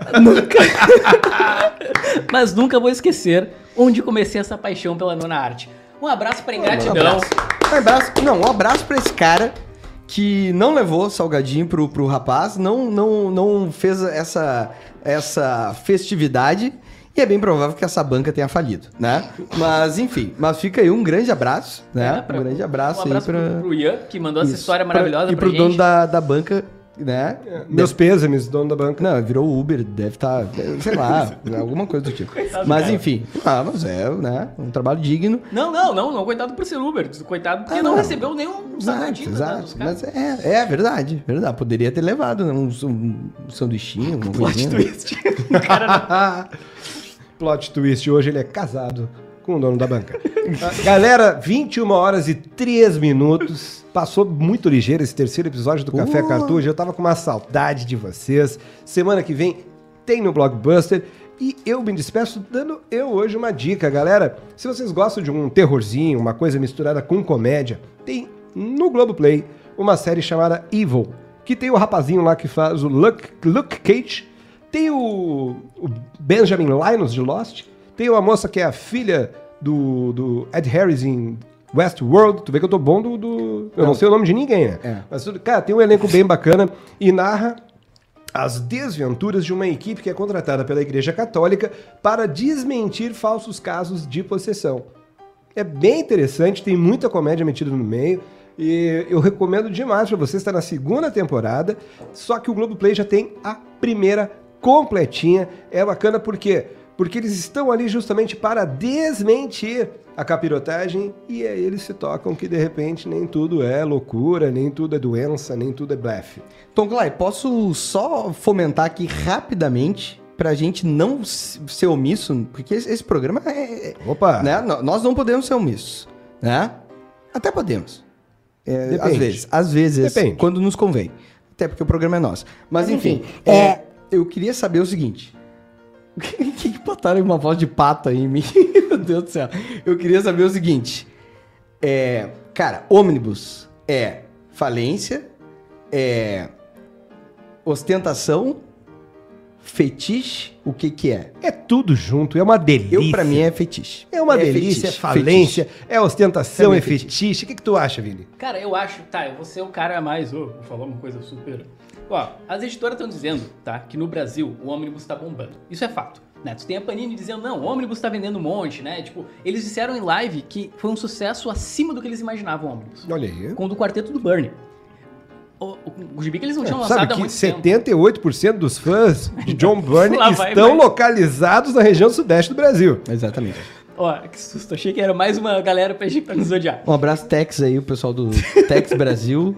Mas nunca vou esquecer onde comecei essa paixão pela nona arte. Um abraço pra ingratidão. Um abraço pra esse cara que não levou salgadinho pro rapaz, não fez essa festividade. E é bem provável que essa banca tenha falido, né? Mas, enfim. Mas fica aí um grande abraço, né? Um grande abraço aí pro Ian, que mandou essa história maravilhosa pra gente. E pro dono da banca, né? Meus pêsames, dono da banca. Não, virou Uber, deve estar, sei lá, alguma coisa do tipo. Mas, enfim. Mas é, né? Um trabalho digno. Não, coitado por ser Uber. Coitado porque não recebeu nenhum salgadinho. Exato. Mas é verdade. Poderia ter levado, né? Um sanduichinho, uma coisinha. Plot twist. O cara Plot twist, hoje ele é casado com o dono da banca. Galera, 21 horas e 3 minutos. Passou muito ligeiro esse terceiro episódio do Café Cartuja. Eu tava com uma saudade de vocês. Semana que vem tem no Blockbuster. E eu me despeço dando hoje uma dica, galera. Se vocês gostam de um terrorzinho, uma coisa misturada com comédia, tem no Globoplay uma série chamada Evil, que tem o rapazinho lá que faz o Luke Cage, tem o Benjamin Linus de Lost, tem uma moça que é a filha do Ed Harris em Westworld. Tu vê que eu tô bom eu não sei o nome de ninguém, né? É. Mas, cara, tem um elenco bem bacana e narra as desventuras de uma equipe que é contratada pela Igreja Católica para desmentir falsos casos de possessão. É bem interessante, tem muita comédia metida no meio e eu recomendo demais para você. Está na segunda temporada, só que o Globoplay já tem a primeira completinha. É bacana por quê? Porque eles estão ali justamente para desmentir a capirotagem e aí eles se tocam que de repente nem tudo é loucura, nem tudo é doença, nem tudo é blefe. Tom Clay, posso só fomentar aqui rapidamente pra gente não ser omisso, porque esse programa é... Opa! Né? Nós não podemos ser omissos, né? Até podemos. Às vezes, Depende. quando nos convém. Até porque o programa é nosso. Mas enfim, eu queria saber o seguinte... O que botaram uma voz de pato aí em mim? Meu Deus do céu. Eu queria saber o seguinte. Cara, ônibus é falência, é ostentação, fetiche, o que é? É tudo junto, é uma delícia. Pra mim, é fetiche. É uma delícia, fetiche, é falência, é ostentação, Também é fetiche. O que tu acha, Vini? Cara, eu acho, tá, eu vou ser o cara mais, vou falar uma coisa super... Ó, as editoras estão dizendo, tá, que no Brasil o ônibus tá bombando. Isso é fato, né? Tu tem a Panini dizendo, não, o ônibus tá vendendo um monte, né? Tipo, eles disseram em live que foi um sucesso acima do que eles imaginavam o ônibus. Olha aí. Com o do quarteto do Bernie. O gibi que eles não tinham Sabe lançado há que muito tempo. 78% dos fãs de John Byrne Lá estão vai. localizados na região sudeste do Brasil. Exatamente. Ó, que susto, achei que era mais uma galera pra nos odiar. Um abraço, Tex, aí, o pessoal do Tex Brasil.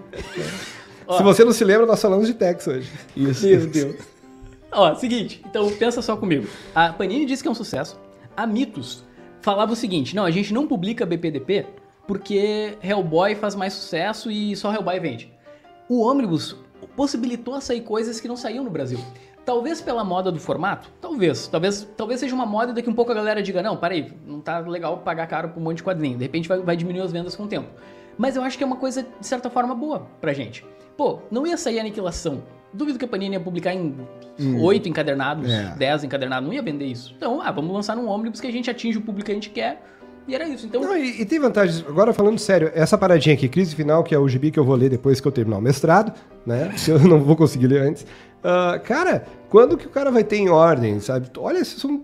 Ó, Se você não se lembra, nós falamos de Tex hoje. Isso. Meu Deus. Ó, seguinte, então pensa só comigo. A Panini disse que é um sucesso. A Mitos falava o seguinte, não, a gente não publica BPDP porque Hellboy faz mais sucesso e só Hellboy vende. O ônibus possibilitou sair coisas que não saíam no Brasil. Talvez pela moda do formato? Talvez seja uma moda e daqui um pouco a galera diga, não, peraí, não tá legal pagar caro por um monte de quadrinho. De repente vai diminuir as vendas com o tempo. Mas eu acho que é uma coisa, de certa forma, boa pra gente. Pô, não ia sair Aniquilação. Duvido que a Panini ia publicar em 8 encadernados, 10 encadernados. Não ia vender isso. Então, vamos lançar num ônibus que a gente atinge o público que a gente quer. E era isso. Então... Não, e tem vantagens. Agora falando sério, essa paradinha aqui, Crise Final, que é o gibi que eu vou ler depois que eu terminar o mestrado, né? Que eu não vou conseguir ler antes. Cara, quando que o cara vai ter em ordem, sabe? Olha, são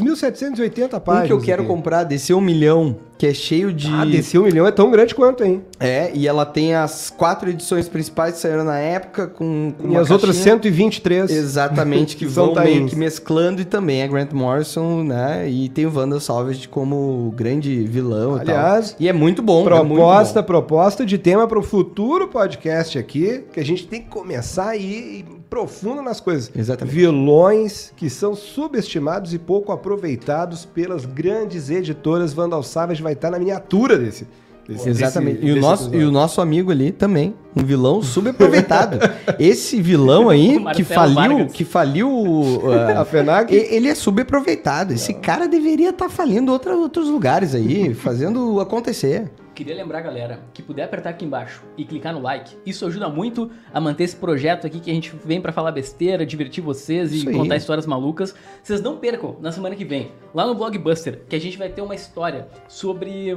2.780 páginas. Um que eu quero aqui. comprar, DC 1 milhão, que é cheio de... DC 1 milhão é tão grande quanto, hein? E ela tem as 4 edições principais que saíram na época, com E uma as outras caixinha. 123. Exatamente, que São vão meio tains. que mesclando, e também é Grant Morrison, né? E tem o Wanda Salvage como grande vilão Aliás, e tal. E é muito bom. é muito bom. Proposta de tema para o futuro podcast aqui, que a gente tem que começar a ir profundo nas coisas. Exatamente. Vilões que são subestimados e pouco aproveitados pelas grandes editoras. Vandal Savage vai estar na miniatura desse. Exatamente. E episódio. o nosso amigo ali também, um vilão subaproveitado. Esse vilão aí O Marcelo Vargas. que faliu A FENAC? ele é subaproveitado. Esse cara deveria estar falindo outros lugares aí, fazendo acontecer. Queria lembrar, galera, que puder apertar aqui embaixo e clicar no like, isso ajuda muito a manter esse projeto aqui que a gente vem pra falar besteira, divertir vocês Isso e aí. contar histórias malucas. Vocês não percam na semana que vem, lá no Blockbuster, que a gente vai ter uma história sobre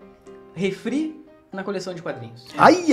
refri na coleção de quadrinhos. Ai.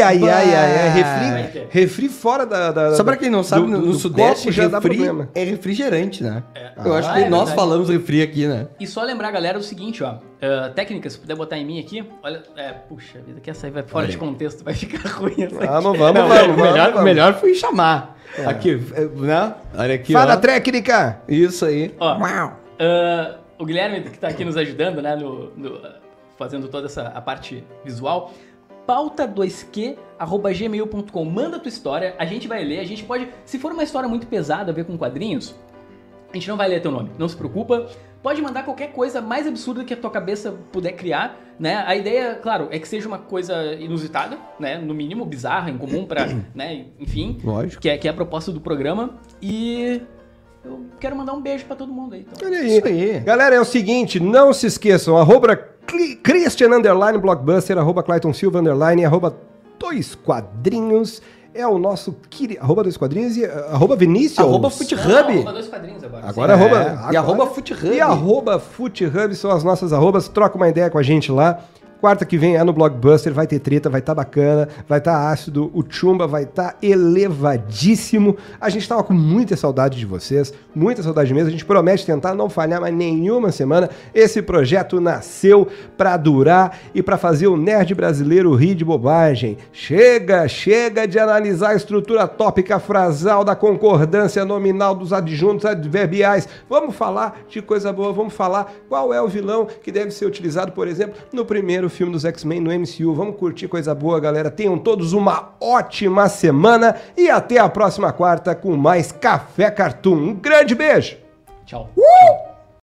Refri fora da Só pra quem não sabe, no do Sudeste, copo já dá refri problema. é refrigerante, né? Eu acho que é nós verdade. falamos refri aqui, né? E só lembrar, galera, o seguinte, ó. Técnicas, se puder botar em mim aqui. Olha, puxa vida, que essa aí vai fora Olha de aí. contexto, vai ficar ruim essa aqui. Vamos. Melhor foi chamar. Aqui, né? Olha aqui, Fala, ó. técnica! Isso aí. Ó, o Guilherme, que tá aqui nos ajudando, né, fazendo toda a parte visual, pauta2q@gmail.com. Manda tua história, a gente vai ler, a gente pode... Se for uma história muito pesada a ver com quadrinhos, a gente não vai ler teu nome, não se preocupa. Pode mandar qualquer coisa mais absurda que a tua cabeça puder criar, né? A ideia, claro, é que seja uma coisa inusitada, né? No mínimo, bizarra, incomum pra, né? Enfim. Lógico. Que é a proposta do programa. E... eu quero mandar um beijo pra todo mundo aí. Então. Olha aí. Isso aí. Galera, é o seguinte, não se esqueçam, @Christian Blockbuster, @Clayton Silva @2 quadrinhos. É o nosso @2 quadrinhos e @Vinícius. @FootHub. Não, 2 quadrinhos agora. Agora E @FootHub. E @FootHub são as nossas arrobas. Troca uma ideia com a gente lá. Quarta que vem é no Blockbuster, vai ter treta, vai estar bacana, vai estar ácido, o Chumba vai estar elevadíssimo. A gente tava com muita saudade de vocês, muita saudade mesmo. A gente promete tentar não falhar mais nenhuma semana. Esse projeto nasceu pra durar e pra fazer o nerd brasileiro rir de bobagem. Chega de analisar a estrutura tópica frasal da concordância nominal dos adjuntos adverbiais. Vamos falar de coisa boa, vamos falar qual é o vilão que deve ser utilizado, por exemplo, no primeiro filme dos X-Men no MCU. Vamos curtir coisa boa, galera. Tenham todos uma ótima semana e até a próxima quarta com mais Café Cartoon. Um grande beijo! Tchau. Tchau.